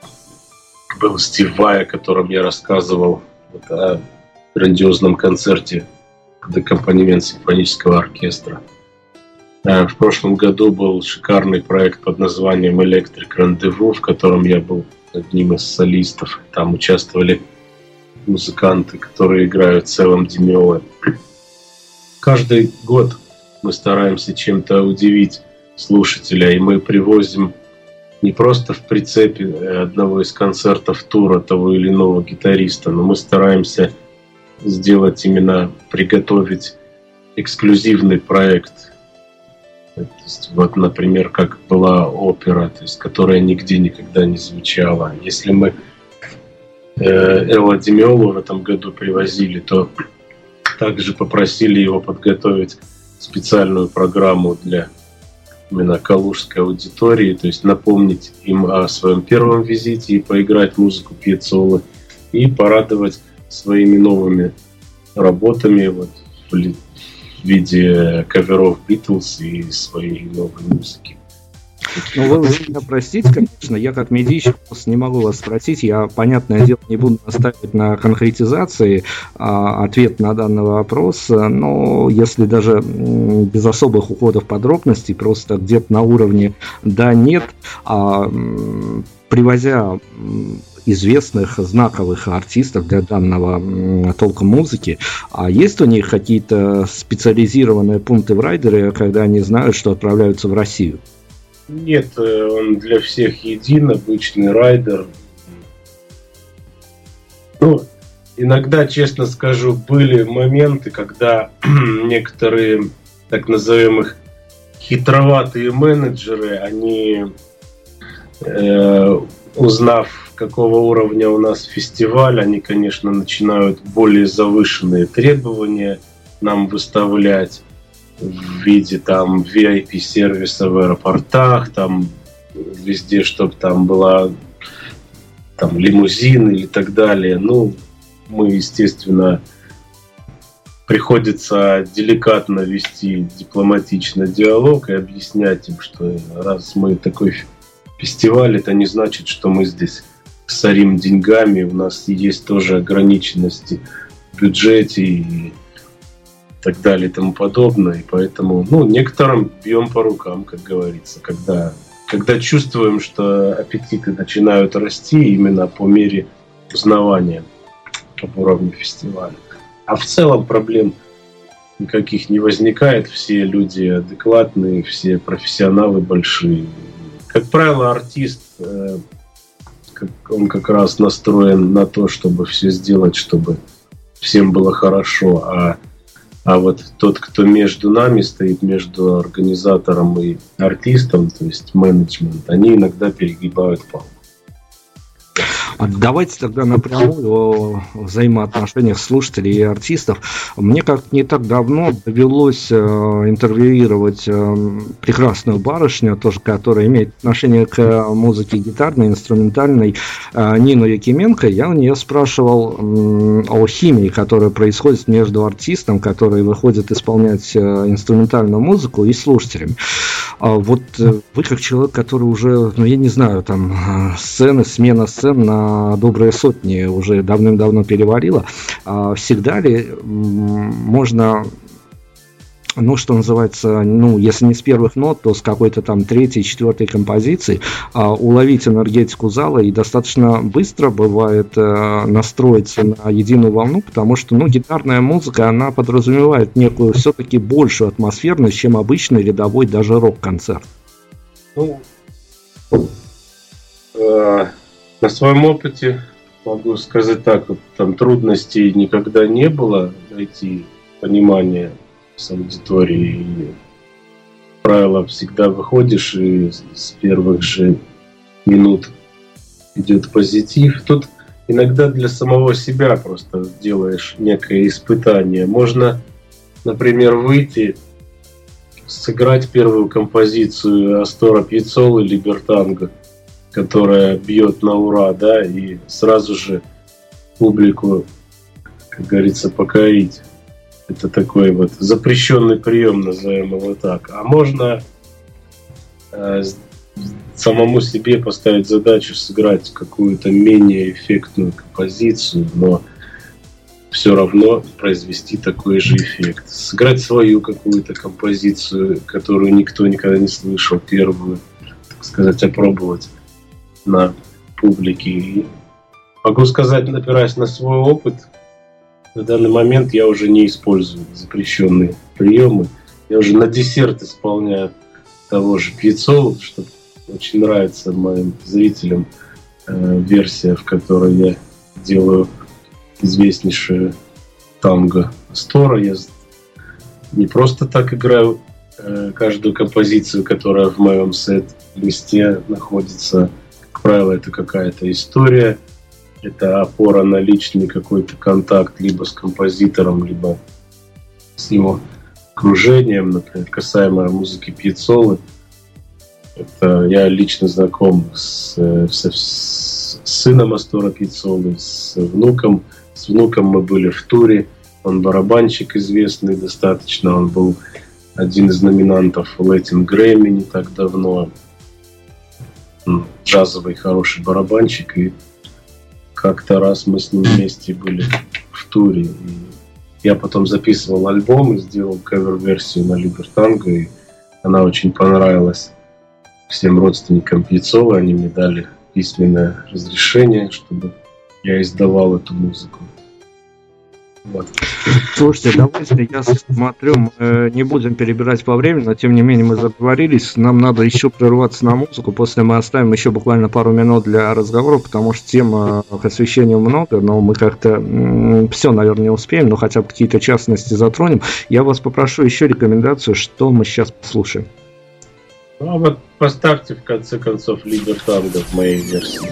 был Стив Vai, о котором я рассказывал вот, о грандиозном концерте под аккомпанемент симфонического оркестра. В прошлом году был шикарный проект под названием Electric Rendezvous, в котором я был одним из солистов. Там участвовали музыканты, которые играют целым Демиоле. Каждый год мы стараемся чем-то удивить слушателя, и мы привозим не просто в прицепе одного из концертов тура того или иного гитариста, но мы стараемся сделать именно, приготовить эксклюзивный проект. То есть, вот, например, как была опера, то есть, которая нигде никогда не звучала. Если мы э, Элла Демиолу в этом году привозили, то также попросили его подготовить специальную программу для именно калужской аудитории, то есть напомнить им о своем первом визите и поиграть музыку Пьяццолы и порадовать своими новыми работами вот, в виде каверов Битлз и своей новой музыки. Ну, вы меня простите, конечно, я как медийщик просто не могу вас спросить, я, понятное дело, не буду настаивать на конкретизации а, ответ на данный вопрос, но если даже м, без особых уходов в подробности, просто где-то на уровне да-нет, а, м, привозя м, известных, знаковых артистов для данного м, толка музыки, а есть у них какие-то специализированные пункты в райдере, когда они знают, что отправляются в Россию? Нет, он для всех един, обычный райдер. Ну, иногда, честно скажу, были моменты, когда некоторые, так назовемых, хитроватые менеджеры, они, э, узнав, какого уровня у нас фестиваль, они, конечно, начинают более завышенные требования нам выставлять в виде там ви ай пи-сервиса в аэропортах, там везде, чтобы там была там лимузин и так далее. Ну, мы, естественно, приходится деликатно вести дипломатично диалог и объяснять им, что раз мы такой фестиваль, это не значит, что мы здесь сорим деньгами, у нас есть тоже ограниченности в бюджете и так далее и тому подобное. И поэтому, ну, некоторым бьем по рукам, как говорится, когда, когда чувствуем, что аппетиты начинают расти именно по мере узнавания об уровне фестиваля. А в целом проблем никаких не возникает. Все люди адекватные, все профессионалы большие. Как правило, артист, он как раз настроен на то, чтобы все сделать, чтобы всем было хорошо. А А вот тот, кто между нами стоит, между организатором и артистом, то есть менеджмент, они иногда перегибают палку. Давайте тогда напрямую о взаимоотношениях слушателей и артистов. Мне как-то не так давно довелось э, интервьюировать э, прекрасную барышню, тоже, которая имеет отношение к музыке гитарной, инструментальной, э, Нину Якименко. Я у нее спрашивал э, о химии, которая происходит между артистом, который выходит исполнять э, инструментальную музыку, и слушателем. А вот э, вы как человек, который уже, ну я не знаю, там сцены, смена сцен на добрые сотни уже давным-давно переварила. Всегда ли можно, ну, что называется, ну, если не с первых нот, то с какой-то там третьей, четвертой композиции уловить энергетику зала и достаточно быстро бывает настроиться на единую волну, потому что, ну, гитарная музыка, она подразумевает некую все-таки большую атмосферность, чем обычный рядовой даже рок-концерт. Ну, э- На своем опыте могу сказать так, вот, там трудностей никогда не было найти понимание с аудиторией. И, как правило, всегда выходишь и с первых же минут идет позитив. Тут иногда для самого себя просто делаешь некое испытание. Можно, например, выйти сыграть первую композицию Астора Пьяццолы «Либертанго», которая бьет на ура, да, и сразу же публику, как говорится, покорить. Это такой вот запрещенный прием, назовем его так. А можно э, самому себе поставить задачу сыграть какую-то менее эффектную композицию, но все равно произвести такой же эффект. Сыграть свою какую-то композицию, которую никто никогда не слышал, первую, так сказать, опробовать на публике. И могу сказать, опираясь на свой опыт, на данный момент я уже не использую запрещенные приемы. Я уже на десерт исполняю того же Пьяццолу, что очень нравится моим зрителям э, версия, в которой я делаю известнейшее танго Астора. Я не просто так играю э, каждую композицию, которая в моем сет-листе находится. Как правило, это какая-то история, это опора на личный какой-то контакт либо с композитором, либо с его окружением. Например, касаемо музыки Пьяццолы, это я лично знаком с, с, с сыном Астора Пьяццолы, с внуком. С внуком мы были в туре. Он барабанщик известный достаточно. Он был один из номинантов Латин Грэмми не так давно. Джазовый хороший барабанщик. И как-то раз мы с ним вместе были в туре. И я потом записывал альбом и сделал кавер-версию на «Либертанго». И она очень понравилась всем родственникам Пьяццолы. Они мне дали письменное разрешение, чтобы я издавал эту музыку. Вот. Слушайте, давайте, я смотрю, мы не будем перебирать по времени, но тем не менее мы заговорились, нам надо еще прерваться на музыку, после мы оставим еще буквально пару минут для разговора, потому что тем к освещению много, но мы как-то м- все, наверное, не успеем, но хотя бы какие-то частности затронем. Я вас попрошу еще рекомендацию, что мы сейчас послушаем. Ну, а вот поставьте в конце концов «Либертанго» в моей версии.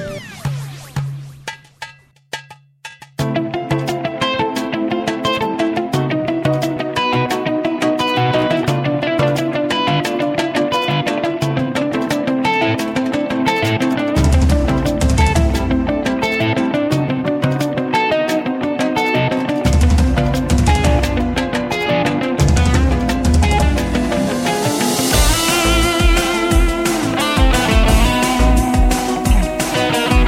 We'll be right back.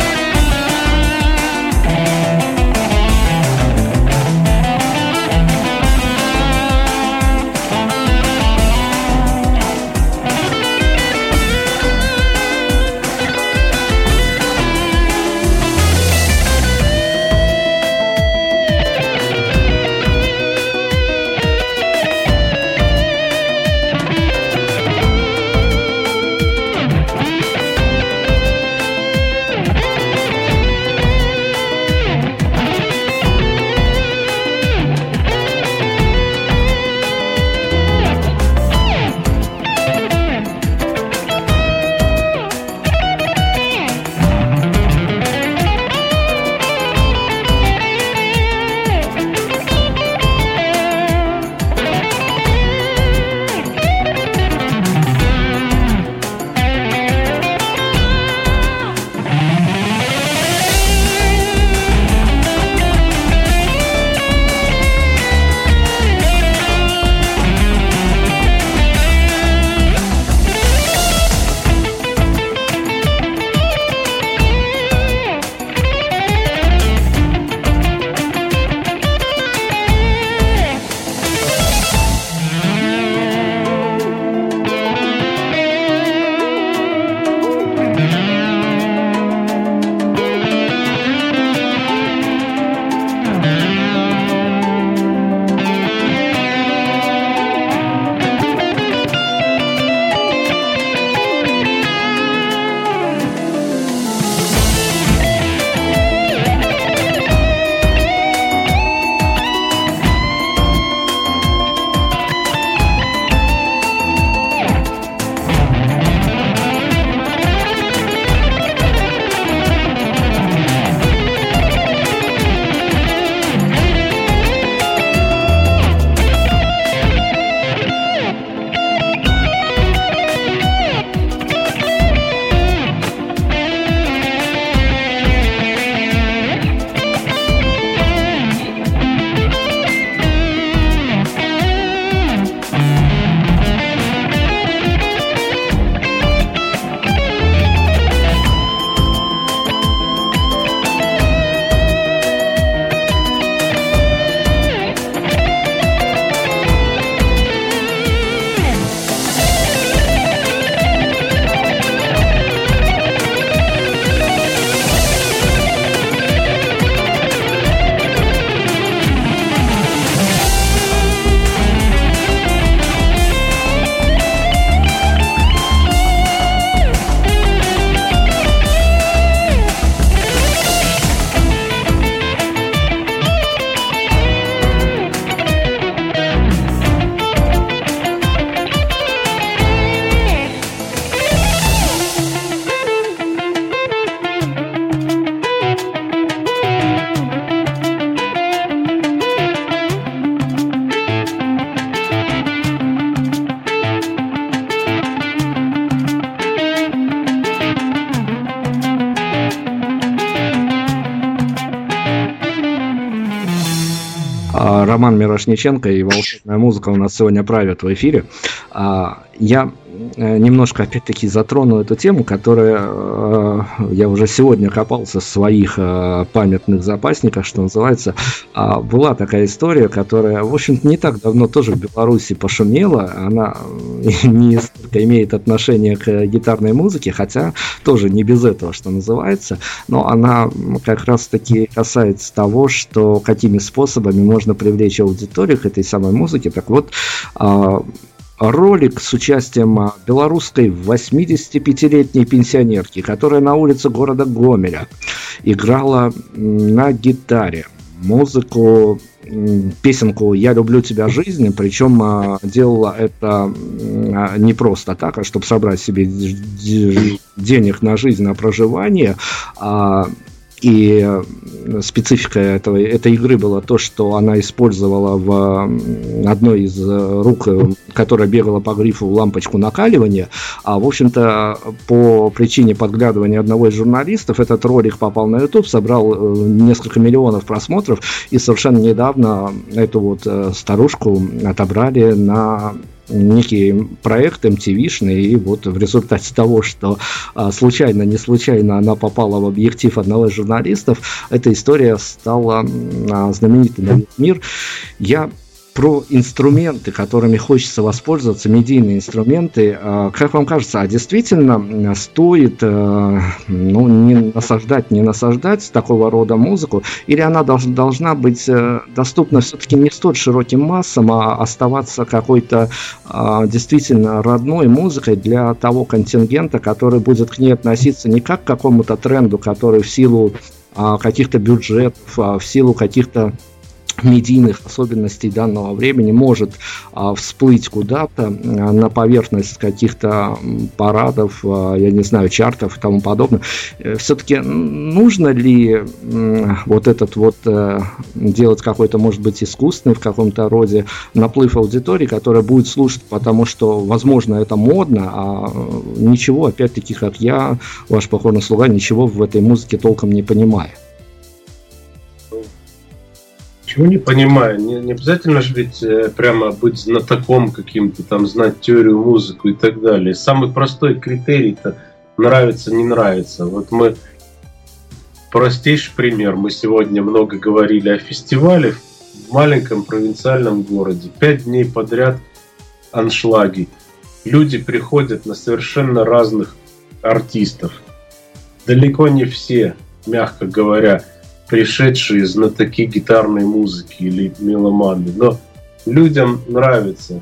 Роман Мирошниченко и «Волшебная музыка» у нас сегодня правят в эфире. Я немножко, опять-таки, затрону эту тему, которая я уже сегодня копался в своих памятных запасниках, что называется. Была такая история, которая, в общем-то, не так давно тоже в Беларуси пошумела. Она не столько имеет отношение к гитарной музыке, хотя тоже не без этого, что называется. Но она как раз-таки касается того, что какими способами можно привлечь аудиторию к этой самой музыке. Так вот, ролик с участием белорусской восьмидесятипятилетней пенсионерки, которая на улице города Гомеля играла на гитаре музыку, песенку «Я люблю тебя, жизнь», причем делала это не просто так, а чтобы собрать себе денег на жизнь, на проживание. И специфика этого, этой игры была то, что она использовала в одной из рук, которая бегала по грифу, лампочку накаливания. А, в общем-то, по причине подглядывания одного из журналистов этот ролик попал на YouTube, собрал несколько миллионов просмотров, и совершенно недавно эту вот старушку отобрали на некий проект эм ти ви-шный, и вот в результате того, что а, случайно, не случайно она попала в объектив одного из журналистов, эта история стала а, знаменитой на весь мир. Я про инструменты, которыми хочется воспользоваться, медийные инструменты. Как вам кажется, а действительно стоит ну, не насаждать, не насаждать такого рода музыку, или она должна, должна быть доступна все-таки не столь широким массам, а оставаться какой-то действительно родной музыкой для того контингента, который будет к ней относиться не как к какому-то тренду, который в силу каких-то бюджетов, в силу каких-то медийных особенностей данного времени может а, всплыть куда-то а, на поверхность каких-то парадов, а, я не знаю, чартов и тому подобное. Все-таки нужно ли м, вот этот вот а, делать какой-то, может быть, искусственный в каком-то роде наплыв аудитории, которая будет слушать, потому что, возможно, это модно, а ничего, опять-таки, как я, ваш покорный слуга, ничего в этой музыке толком не понимаю. Чего не понимаю, не, не обязательно же ведь э, прямо быть знатоком каким-то, там, знать теорию, музыку и так далее. Самый простой критерий-то нравится, не нравится. Вот мы, простейший пример, мы сегодня много говорили о фестивале в маленьком провинциальном городе. Пять дней подряд аншлаги. Люди приходят на совершенно разных артистов. Далеко не все, мягко говоря, пришедшие знатоки гитарной музыки или меломаны, но людям нравится.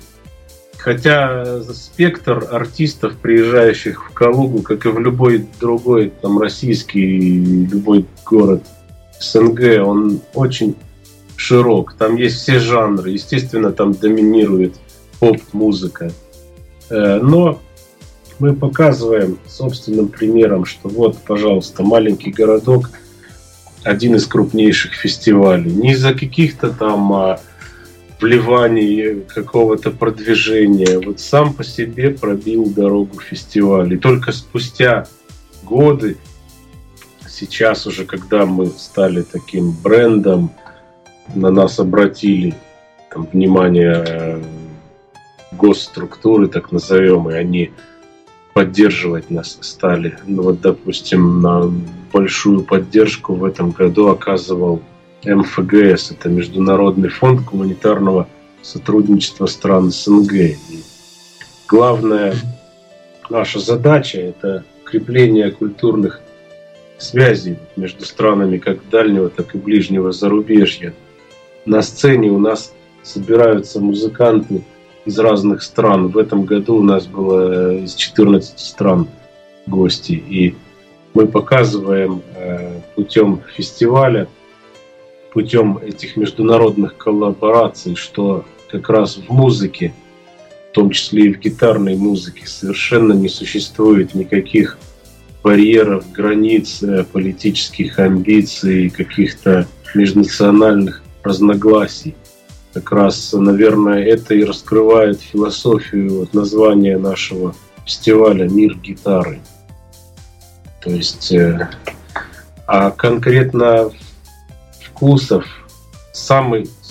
Хотя спектр артистов, приезжающих в Калугу, как и в любой другой там российский, любой город СНГ, он очень широк. Там есть все жанры. Естественно, там доминирует поп-музыка. Но мы показываем собственным примером, что вот, пожалуйста, маленький городок, один из крупнейших фестивалей. Не из-за каких-то там а, вливаний, какого-то продвижения. Вот сам по себе пробил дорогу фестивалю. И только спустя годы, сейчас уже, когда мы стали таким брендом, на нас обратили там, внимание э, госструктуры, так назовем, и они поддерживать нас стали. Ну вот, допустим, на большую поддержку в этом году оказывал эм эф гэ эс, это Международный фонд гуманитарного сотрудничества стран СНГ. И главная наша задача – это укрепление культурных связей между странами как дальнего, так и ближнего зарубежья. На сцене у нас собираются музыканты из разных стран. В этом году у нас было из четырнадцати стран гости. И мы показываем э, путем фестиваля, путем этих международных коллабораций, что как раз в музыке, в том числе и в гитарной музыке, совершенно не существует никаких барьеров, границ, э, политических амбиций, каких-то межнациональных разногласий. Как раз, наверное, это и раскрывает философию вот, названия нашего фестиваля «Мир гитары». То есть, э, а конкретно вкусов самый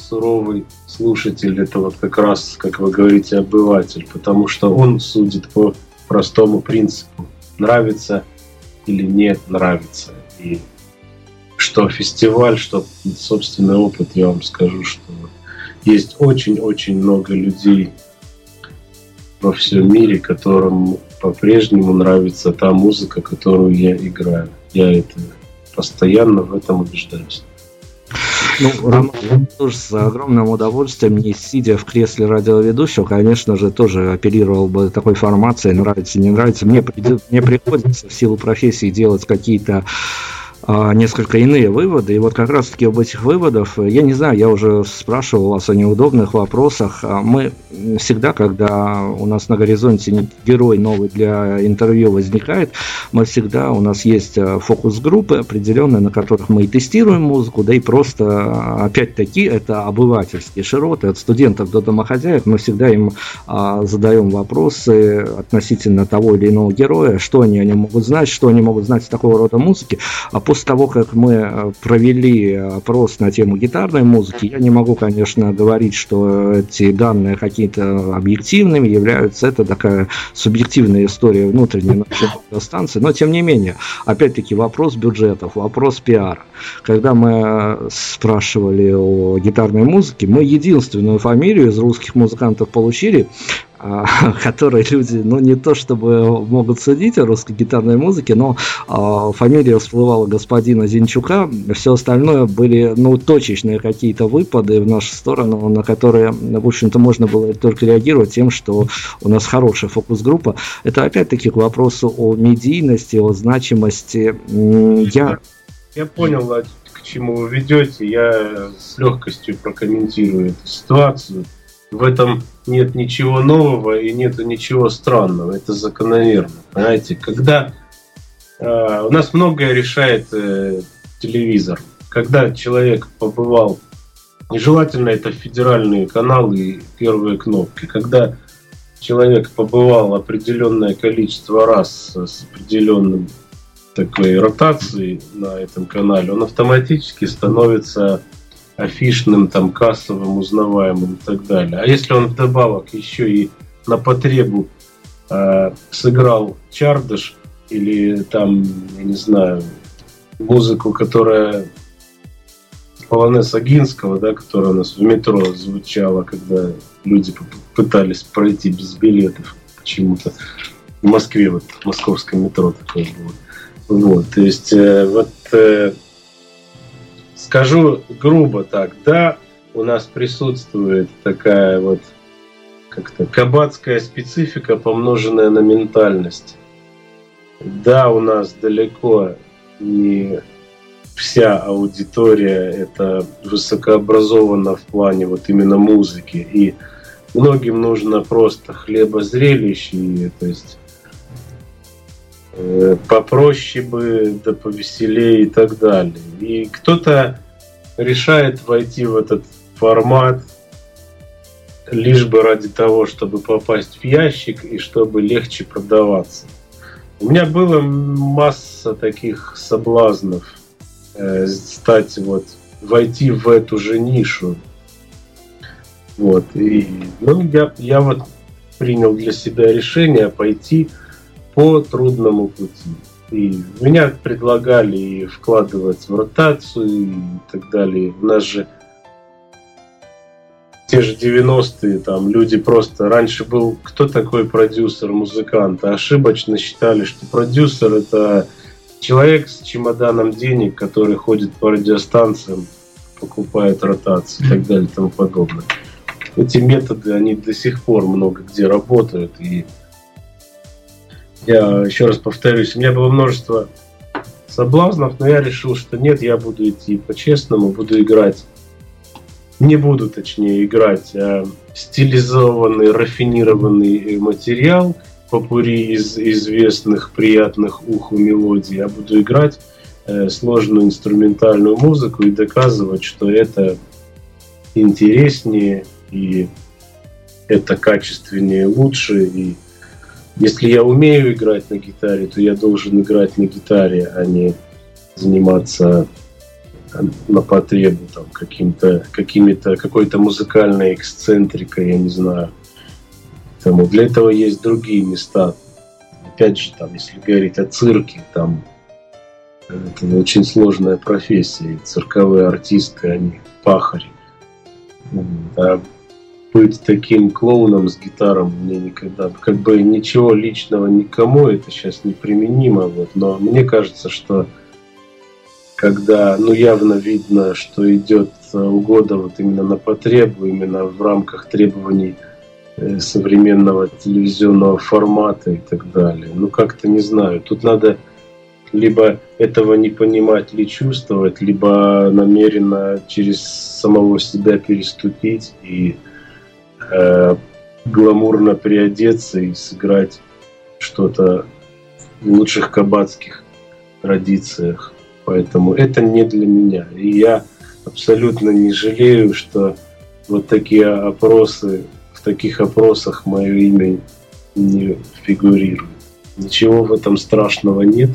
суровый слушатель, это вот как раз, как вы говорите, обыватель, потому что он судит по простому принципу, нравится или не нравится. И что фестиваль, что собственный опыт, я вам скажу, что есть очень-очень много людей во всем мире, которым по-прежнему нравится та музыка, которую я играю. Я это постоянно в этом убеждаюсь. Ну, Роман, я тоже с огромным удовольствием, не сидя в кресле радиоведущего, конечно же, тоже оперировал бы такой формацией, нравится, не нравится. Мне, мне приходится в силу профессии делать какие-то несколько иные выводы, и вот как раз-таки об этих выводах, я не знаю, я уже спрашивал вас о неудобных вопросах, мы всегда, когда у нас на горизонте герой новый для интервью возникает, мы всегда, у нас есть фокус-группы определенные, на которых мы и тестируем музыку, да и просто, опять-таки, это обывательские широты, от студентов до домохозяек, мы всегда им а, задаем вопросы относительно того или иного героя, что они о нем могут знать, что они могут знать из такого рода музыки, а после того, как мы провели опрос на тему гитарной музыки, я не могу, конечно, говорить, что эти данные какие-то объективными являются. Это такая субъективная история внутренней нашей радиостанции. Но, тем не менее, опять-таки, вопрос бюджетов, вопрос пиара. Когда мы спрашивали о гитарной музыке, мы единственную фамилию из русских музыкантов получили, которые люди, ну, не то чтобы могут судить о русской гитарной музыке, но а, фамилия всплывала господина Зинчука, все остальное были, ну, точечные какие-то выпады в нашу сторону, на которые, в общем-то, можно было только реагировать тем, что у нас хорошая фокус-группа. Это опять-таки к вопросу о медийности, о значимости. Я, Я понял, к чему вы ведете, я с легкостью прокомментирую эту ситуацию. В этом нет ничего нового и нет ничего странного. Это закономерно. Понимаете, когда э, у нас многое решает э, телевизор. Когда человек побывал, нежелательно это федеральные каналы и первые кнопки. Когда человек побывал определенное количество раз с определенным такой ротацией на этом канале, он автоматически становится афишным, там, кассовым, узнаваемым и так далее. А если он вдобавок еще и на потребу э, сыграл чардыш или там, я не знаю, музыку, которая Полонез Огинского, да, которая у нас в метро звучала, когда люди пытались пройти без билетов почему-то. В Москве, вот в московском метро такое было. Вот, то есть э, вот э, скажу грубо так, да, у нас присутствует такая вот как-то кабацкая специфика, помноженная на ментальность. Да, у нас далеко не вся аудитория это высокообразована в плане вот именно музыки, и многим нужно просто хлебозрелище, и, то есть э, попроще бы, да повеселее и так далее. И кто-то решает войти в этот формат лишь бы ради того, чтобы попасть в ящик и чтобы легче продаваться. У меня была масса таких соблазнов э, стать вот, войти в эту же нишу. Вот. И, ну, я, я вот принял для себя решение пойти по трудному пути. И меня предлагали и вкладывать в ротацию и так далее. У нас же те же девяностые, там люди просто... Раньше был кто такой продюсер, музыкант? А ошибочно считали, что продюсер — это человек с чемоданом денег, который ходит по радиостанциям, покупает ротацию и так далее и тому подобное. Эти методы, они до сих пор много где работают. И я еще раз повторюсь, у меня было множество соблазнов, но я решил, что нет, я буду идти по-честному, буду играть. Не буду, точнее, играть а стилизованный, рафинированный материал, попурри из известных, приятных уху мелодий. Я буду играть э, сложную инструментальную музыку и доказывать, что это интереснее и это качественнее, лучше. И если я умею играть на гитаре, то я должен играть на гитаре, а не заниматься на потребу там, каким-то, какими-то, какой-то музыкальной эксцентрикой, я не знаю. Поэтому для этого есть другие места. Опять же, там, если говорить о цирке, там это очень сложная профессия. Цирковые артисты, они пахари. А быть таким клоуном с гитаром мне никогда... Как бы ничего личного никому, это сейчас неприменимо. Вот, но мне кажется, что когда ну, явно видно, что идет угода вот именно на потребу, именно в рамках требований современного телевизионного формата и так далее. Ну, как-то не знаю. Тут надо либо этого не понимать или чувствовать, либо намеренно через самого себя переступить и э, гламурно приодеться и сыграть что-то в лучших кабацких традициях. Поэтому это не для меня. И я абсолютно не жалею, что вот такие опросы, в таких опросах мое имя не фигурирует. Ничего в этом страшного нет.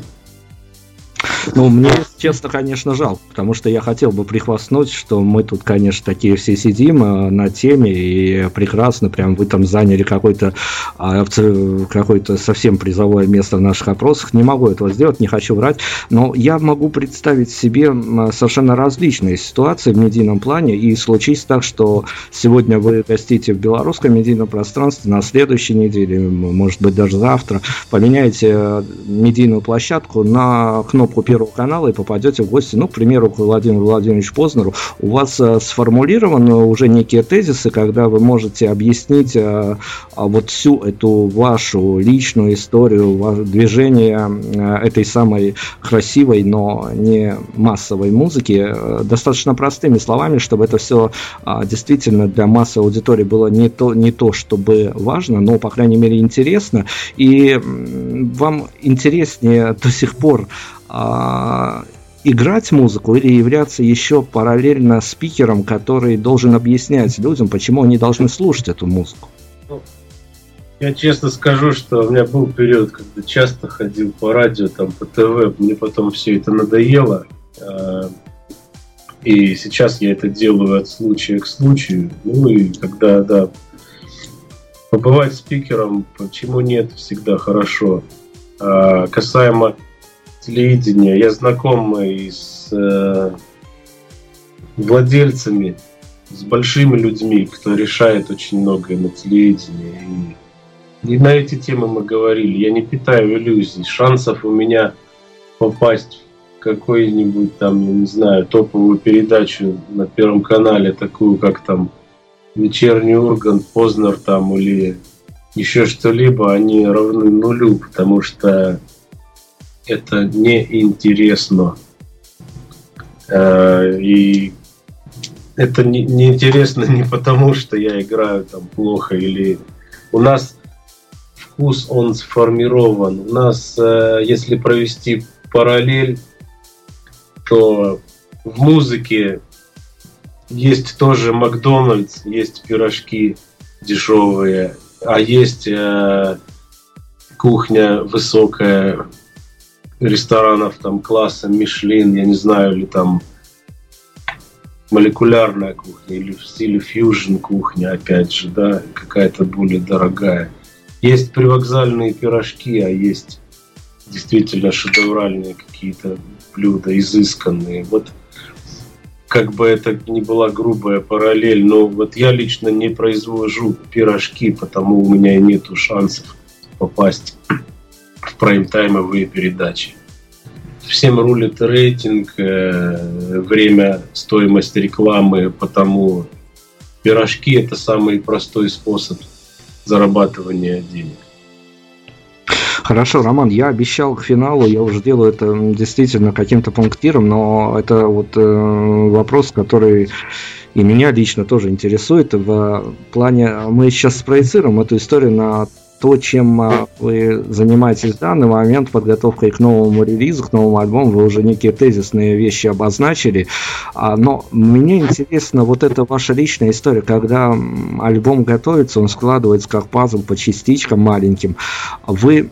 Ну, мне, честно, конечно, жалко, потому что я хотел бы прихвастнуть, что мы тут, конечно, такие все сидим на теме, и прекрасно, прям вы там заняли какое-то, какое-то совсем призовое место в наших опросах. Не могу этого сделать, не хочу врать, но я могу представить себе совершенно различные ситуации в медийном плане, и случись так, что сегодня вы гостите в белорусском медийном пространстве, на следующей неделе, может быть, даже завтра, поменяете медийную площадку на кнопку Первого канала и попадете в гости, ну, к примеру, к Владимиру Владимировичу Познеру. У вас а, сформулированы уже некие тезисы, когда вы можете объяснить а, а вот всю эту вашу личную историю, ваше движение а, этой самой красивой, но не массовой музыки а, достаточно простыми словами, чтобы это все а, действительно для массовой аудитории было не то, не то, чтобы важно, но, по крайней мере, интересно. И м, вам интереснее до сих пор А, играть музыку или являться еще параллельно спикером, который должен объяснять людям, почему они должны слушать эту музыку? Я честно скажу, что у меня был период, когда часто ходил по радио, там, по ТВ, мне потом все это надоело, и сейчас я это делаю от случая к случаю. Ну и когда, да, побывать спикером, почему нет, всегда хорошо. А касаемо телевидения, я знаком и с э, владельцами, с большими людьми, кто решает очень многое на телевидении. И, и на эти темы мы говорили. Я не питаю иллюзий. Шансов у меня попасть в какую-нибудь там, я не знаю, топовую передачу на Первом канале, такую как там «Вечерний Ургант», «Познер» там или еще что-либо, они равны нулю, потому что это неинтересно. И это неинтересно не потому, что я играю там плохо, или у нас вкус, он сформирован. У нас, если провести параллель, то в музыке есть тоже Макдональдс, есть пирожки дешевые, а есть кухня высокая, ресторанов там класса Мишлен, я не знаю, или там молекулярная кухня, или в стиле фьюжн кухня, опять же, да, какая-то более дорогая. Есть привокзальные пирожки, а есть действительно шедевральные какие-то блюда, изысканные. Вот как бы это ни была грубая параллель, но вот я лично не произвожу пирожки, потому у меня и нету шансов попасть в прайм-таймовые передачи. Всем рулит рейтинг, э, время, стоимость рекламы, потому пирожки – это самый простой способ зарабатывания денег. Хорошо, Роман, я обещал к финалу, я уже делаю это действительно каким-то пунктиром, но это вот э, вопрос, который и меня лично тоже интересует. В плане, мы сейчас спроецируем эту историю на то, чем вы занимаетесь в данный момент, подготовкой к новому релизу, к новому альбому, вы уже некие тезисные вещи обозначили, но мне интересна вот эта ваша личная история, когда альбом готовится, он складывается как пазл по частичкам маленьким, вы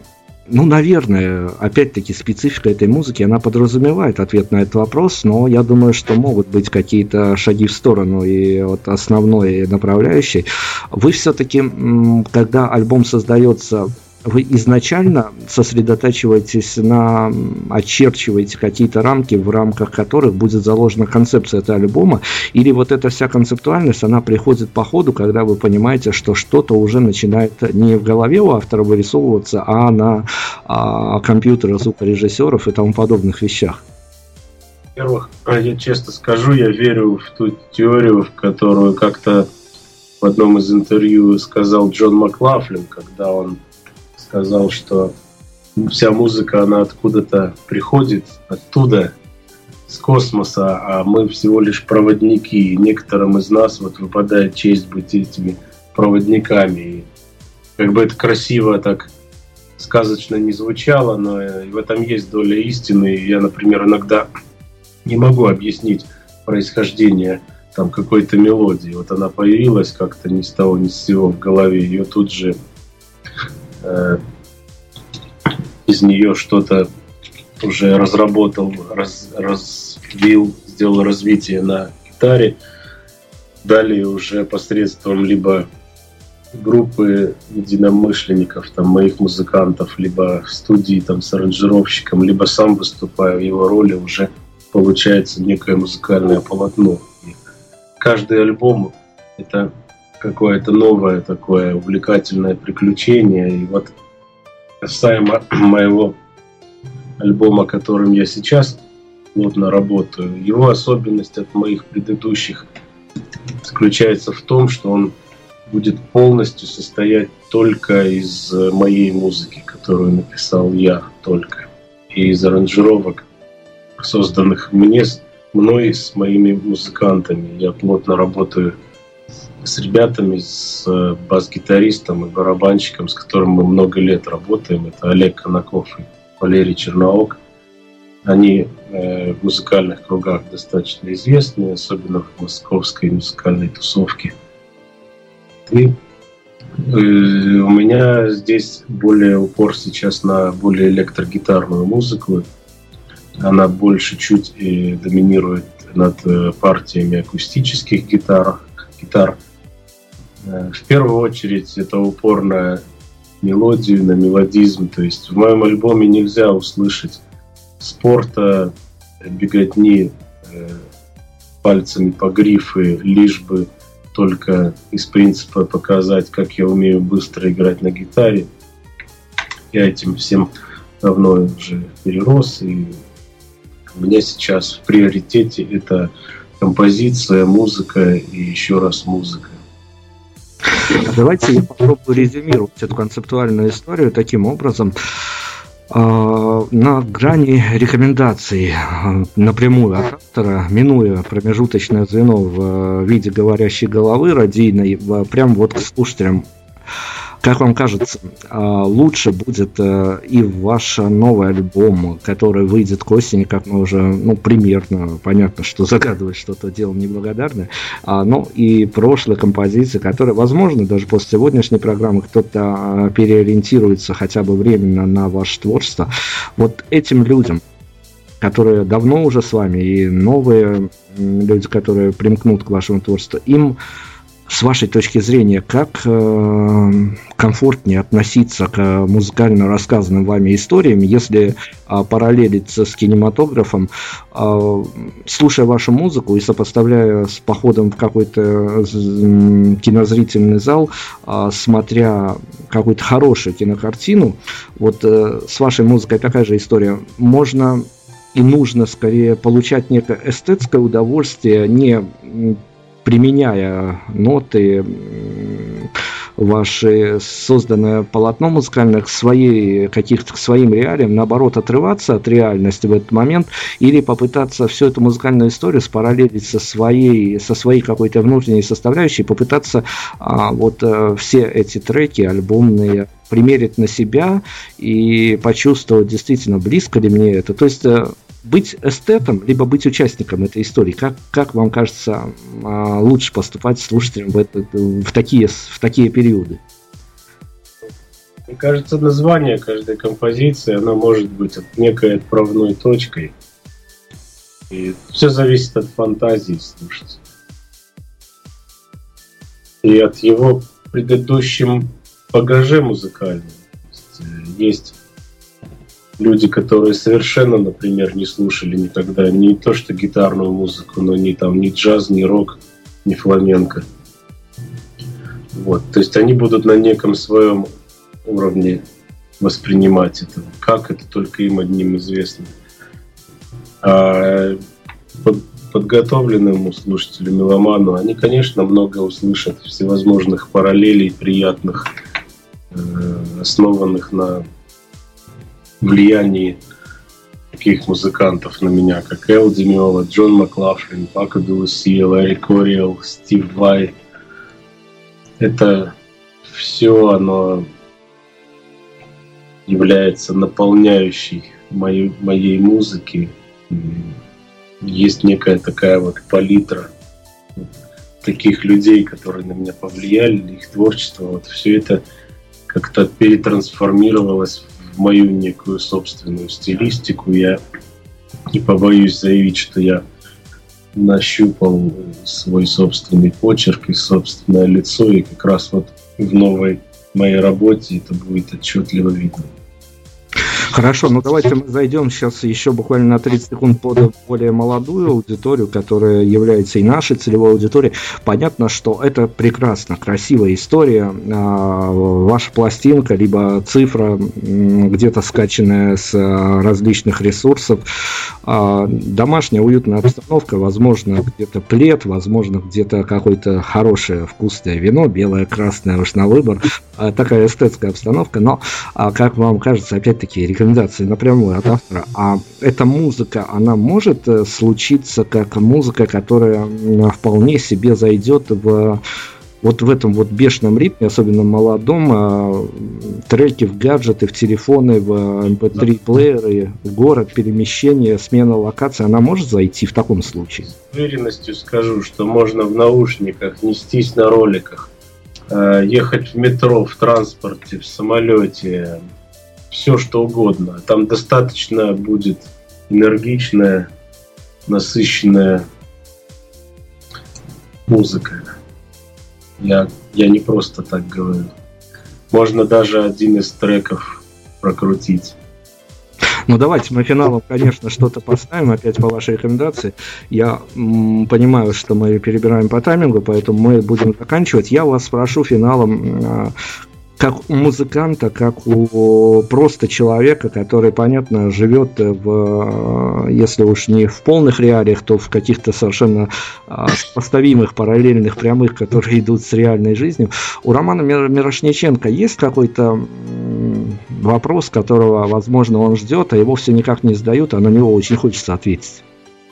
Ну, наверное, опять-таки специфика этой музыки, она подразумевает ответ на этот вопрос, но я думаю, что могут быть какие-то шаги в сторону и от основной направляющей. Вы все-таки, когда альбом создается, вы изначально сосредотачиваетесь на, очерчиваете какие-то рамки, в рамках которых будет заложена концепция этого альбома, или вот эта вся концептуальность, она приходит по ходу, когда вы понимаете, что что-то уже начинает не в голове у автора вырисовываться, а на а, компьютерах звукорежиссеров и тому подобных вещах? Во-первых, я честно скажу, я верю в ту теорию, в которую как-то в одном из интервью сказал Джон Маклафлин, когда он сказал, что вся музыка, она откуда-то приходит, оттуда, с космоса, а мы всего лишь проводники. И некоторым из нас вот выпадает честь быть этими проводниками. И как бы это красиво так сказочно не звучало, но в этом есть доля истины. Я, например, иногда не могу объяснить происхождение там какой-то мелодии. Вот она появилась как-то ни с того ни с сего в голове. Ее тут же из нее что-то уже разработал, раз, развил, сделал развитие на гитаре. Далее уже посредством либо группы единомышленников, там, моих музыкантов, либо студии там, с аранжировщиком, либо сам выступаю в его роли, уже получается некое музыкальное полотно. И каждый альбом — это какое-то новое такое увлекательное приключение. И вот касаемо моего альбома, которым я сейчас плотно работаю, его особенность от моих предыдущих заключается в том, что он будет полностью состоять только из моей музыки, которую написал я только, и из аранжировок, созданных мне, мной с моими музыкантами. Я плотно работаю с ребятами, с бас-гитаристом и барабанщиком, с которым мы много лет работаем. Это Олег Конаков и Валерий Черноок. Они э, в музыкальных кругах достаточно известны, особенно в московской музыкальной тусовке. И э, у меня здесь более упор сейчас на более электрогитарную музыку. Она больше чуть и доминирует над партиями акустических гитар. гитар. В первую очередь это упор на мелодию, на мелодизм. То есть в моем альбоме нельзя услышать спорта, беготни, пальцами по грифы, лишь бы только из принципа показать, как я умею быстро играть на гитаре. Я этим всем давно уже перерос, и у меня сейчас в приоритете это композиция, музыка и еще раз музыка. Давайте я попробую резюмировать эту концептуальную историю таким образом. На грани рекомендаций напрямую от автора, минуя промежуточное звено в виде говорящей головы радийной, прям вот к слушателям. Как вам кажется, лучше будет и ваш новый альбом, который выйдет к осени, как мы уже, ну, примерно, понятно, что загадывать что-то дело неблагодарное, но и прошлые композиции, которые, возможно, даже после сегодняшней программы кто-то переориентируется хотя бы временно на ваше творчество. Вот этим людям, которые давно уже с вами, и новые люди, которые примкнут к вашему творчеству, им, с вашей точки зрения, как э, комфортнее относиться к музыкально рассказанным вами историям, если э, параллелиться с кинематографом, э, слушая вашу музыку и сопоставляя с походом в какой-то э, кинозрительный зал, э, смотря какую-то хорошую кинокартину, вот э, с вашей музыкой такая же история. Можно и нужно скорее получать некое эстетское удовольствие, не применяя ноты, ваше созданное полотно музыкальное к, своей, каких-то, к своим реалиям, наоборот, отрываться от реальности в этот момент или попытаться всю эту музыкальную историю спараллелить со своей, со своей какой-то внутренней составляющей, попытаться а, вот а, все эти треки альбомные примерить на себя и почувствовать, действительно, близко ли мне это. То есть быть эстетом, либо быть участником этой истории. Как, как вам кажется, лучше поступать слушателям в, это, в, такие, в такие периоды? Мне кажется, название каждой композиции, оно может быть некой отправной точкой. И все зависит от фантазии слушателя. И от его предыдущем багаже музыкальном. Есть люди, которые совершенно, например, не слушали никогда не то что гитарную музыку, но ни там ни джаз, ни рок, ни фламенко. Вот. То есть они будут на неком своем уровне воспринимать это. Как это только им одним известно. А под, подготовленному слушателю, меломану, они, конечно, много услышат всевозможных параллелей приятных, э, основанных на влиянии таких музыкантов на меня, как Эл Ди Меола, Джон Маклафлин, Пако де Лусия, Ларри Кориэл, Стив Vai. Это все оно является наполняющей моей, моей музыки. Есть некая такая вот палитра таких людей, которые на меня повлияли, их творчество. Вот все это как-то перетрансформировалось в мою некую собственную стилистику. Я не побоюсь заявить, что я нащупал свой собственный почерк и собственное лицо, и как раз вот в новой моей работе это будет отчетливо видно. Хорошо, ну давайте мы зайдем сейчас еще буквально на тридцать секунд под более молодую аудиторию, которая является и нашей целевой аудиторией. Понятно, что это прекрасно, красивая история. Ваша пластинка, либо цифра, где-то скачанная с различных ресурсов. Домашняя уютная обстановка, возможно, где-то плед, возможно, где-то какое-то хорошее вкусное вино, белое, красное, уж на выбор. Такая эстетская обстановка, но, как вам кажется, опять-таки, рекомендации напрямую от автора. А эта музыка, она может случиться как музыка, которая вполне себе зайдет в вот в этом вот бешеном ритме, особенно молодом, треки в гаджеты, в телефоны, в эм пэ три плееры, в город, перемещение, смена локации, она может зайти в таком случае? С уверенностью скажу, что можно в наушниках, нестись на роликах, ехать в метро, в транспорте, в самолете, все что угодно. Там достаточно будет энергичная, насыщенная музыка. Я, я не просто так говорю. Можно даже один из треков прокрутить. Ну давайте мы финалом, конечно, что-то поставим, опять по вашей рекомендации. Я м, понимаю, что мы перебираем по таймингу, поэтому мы будем заканчивать. Я вас спрошу финалом, э, как у музыканта, как у просто человека, который, понятно, живет в, если уж не в полных реалиях, то в каких-то совершенно сопоставимых, параллельных, прямых, которые идут с реальной жизнью. У Романа Мирошниченко есть какой-то вопрос, которого, возможно, он ждет, а его все никак не задают, а на него очень хочется ответить?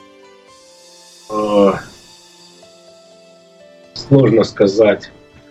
Сложно сказать.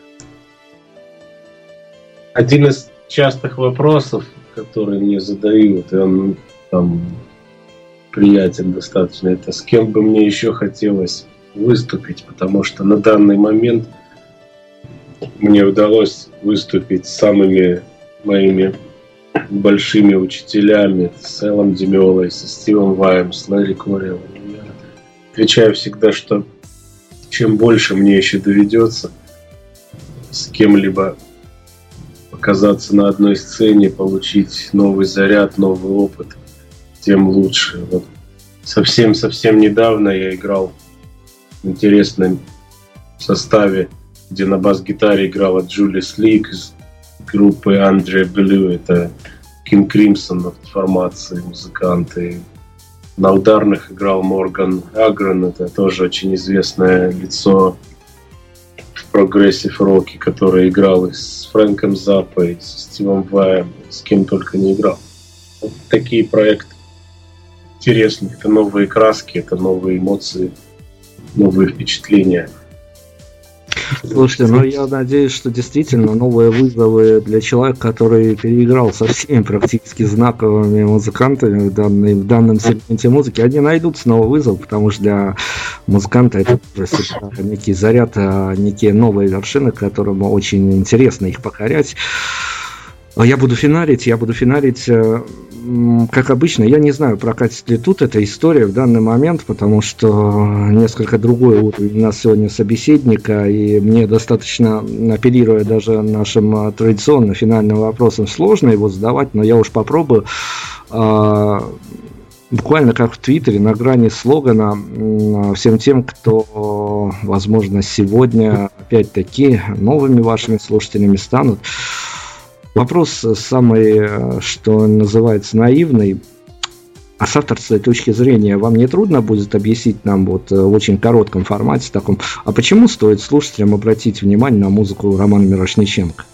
Один из частых вопросов, которые мне задают, и он там приятен достаточно, это с кем бы мне еще хотелось выступить, потому что на данный момент мне удалось выступить с самыми моими большими учителями, с Элом Ди Меолой, со Стивом Ваем, с Ларри Кориэлом. Я отвечаю всегда, что чем больше мне еще доведется с кем-либо оказаться на одной сцене, получить новый заряд, новый опыт, тем лучше. Вот совсем-совсем недавно я играл в интересном составе, где на бас-гитаре играла Джулис Лик из группы Андреа Белю, это King Crimson в формации музыканты. На ударных играл Морган Агрон, это тоже очень известное лицо в прогрессив-роке, который играл и с Фрэнком Заппой, с Стивом Ваем, с кем только не играл. Вот такие проекты интересные. Это новые краски, это новые эмоции, новые впечатления. Слушайте, ну я надеюсь, что действительно новые вызовы для человека, который переиграл со всеми практически знаковыми музыкантами в, данной, в данном сегменте музыки, они найдутся новый вызов, потому что для музыканта это уже некий заряд, некие новые вершины, к которым очень интересно их покорять. Я буду финалить, я буду финалить, как обычно. Я не знаю, прокатит ли тут эта история в данный момент, потому что несколько другой уровень у нас сегодня собеседника, и мне достаточно, апеллируя даже нашим традиционно финальным вопросам, сложно его задавать, но я уж попробую. Буквально как в Твиттере, на грани слогана всем тем, кто, возможно, сегодня опять-таки новыми вашими слушателями станут. Вопрос самый, что называется, наивный. А с авторской точки зрения вам не трудно будет объяснить нам вот в очень коротком формате таком, а почему стоит слушателям обратить внимание на музыку Романа Мирошниченко?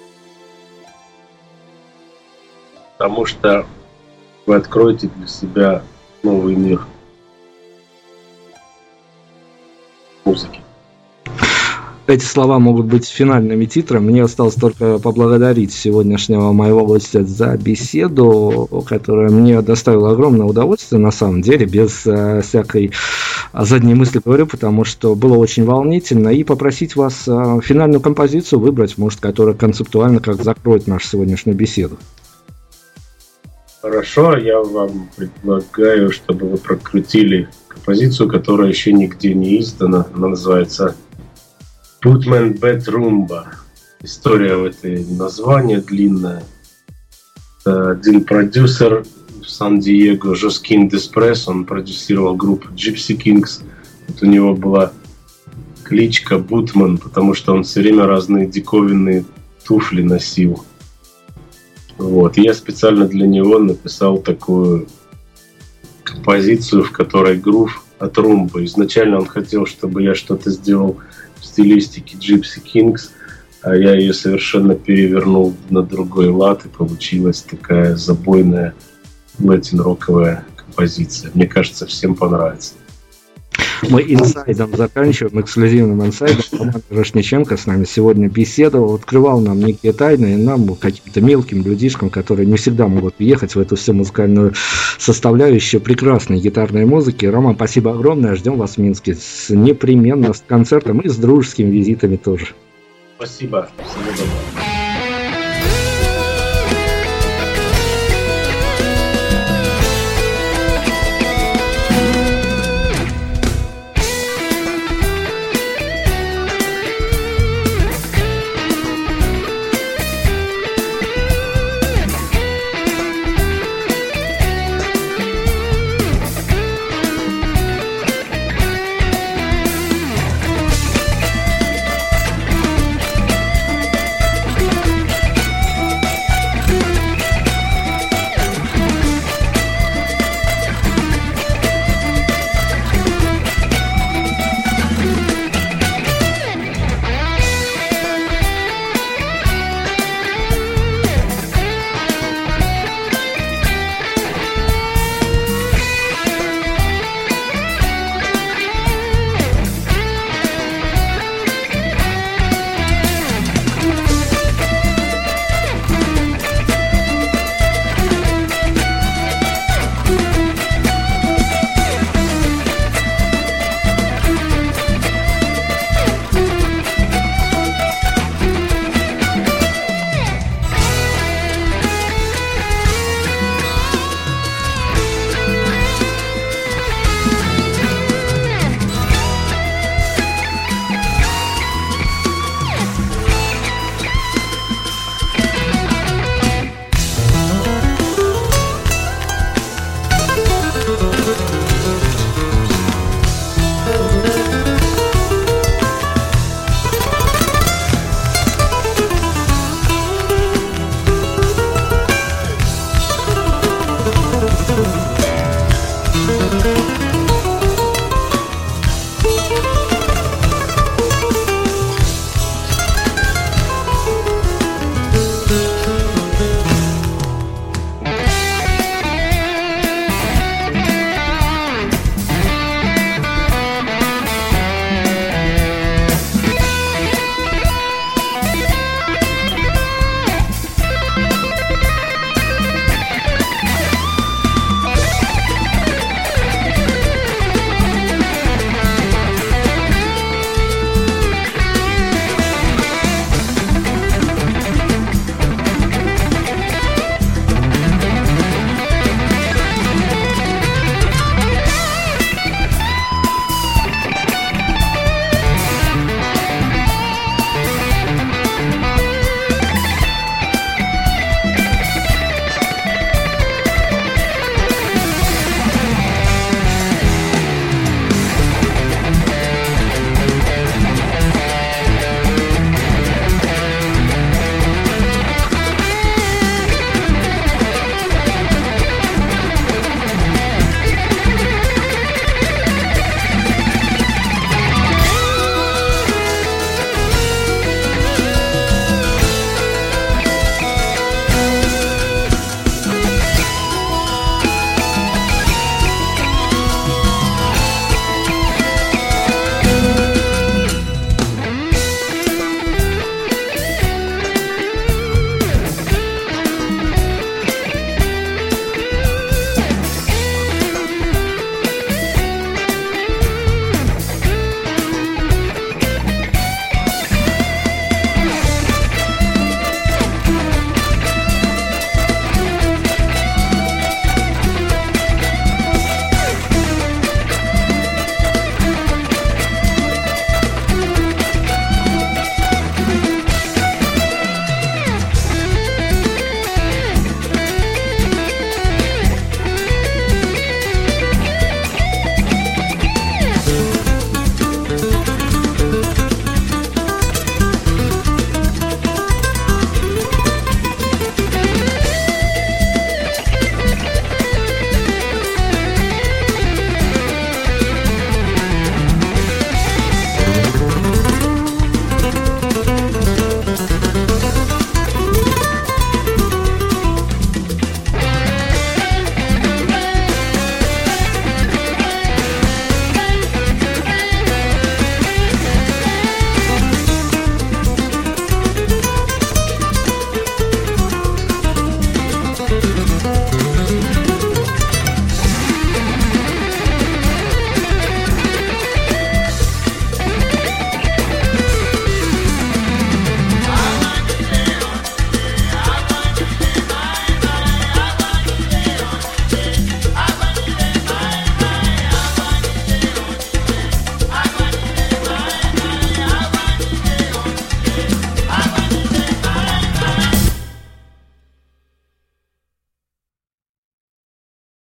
Потому что вы откроете для себя новый мир музыки. Эти слова могут быть финальными титрами. Мне осталось только поблагодарить сегодняшнего моего гостя за беседу, которая мне доставила огромное удовольствие, на самом деле, без э, всякой задней мысли говорю, потому что было очень волнительно. И попросить вас э, финальную композицию выбрать, может, которая концептуально как закроет нашу сегодняшнюю беседу. Хорошо, я вам предлагаю, чтобы вы прокрутили композицию, которая еще нигде не издана. Она называется Putman Bedroomba. История в этой названии длинная. Один продюсер в Сан-Диего, Жоскин Деспресс, он продюсировал группу Gypsy Kings. Вот у него была кличка Бутман, потому что он все время разные диковинные туфли носил. Вот. И я специально для него написал такую композицию, в которой грув от румбы. Изначально он хотел, чтобы я что-то сделал в стилистике Gypsy Kings, а я ее совершенно перевернул на другой лад, и получилась такая забойная латин-роковая композиция. Мне кажется, всем понравится. Мы инсайдом заканчиваем, эксклюзивным инсайдом. Роман Мирошниченко с нами сегодня беседовал, открывал нам некие тайны, и нам, каким-то мелким людишкам, которые не всегда могут въехать в эту всю музыкальную составляющую прекрасной гитарной музыки. Роман, спасибо огромное, ждем вас в Минске с непременно с концертом и с дружескими визитами тоже. Спасибо. Всего доброго. Thank you.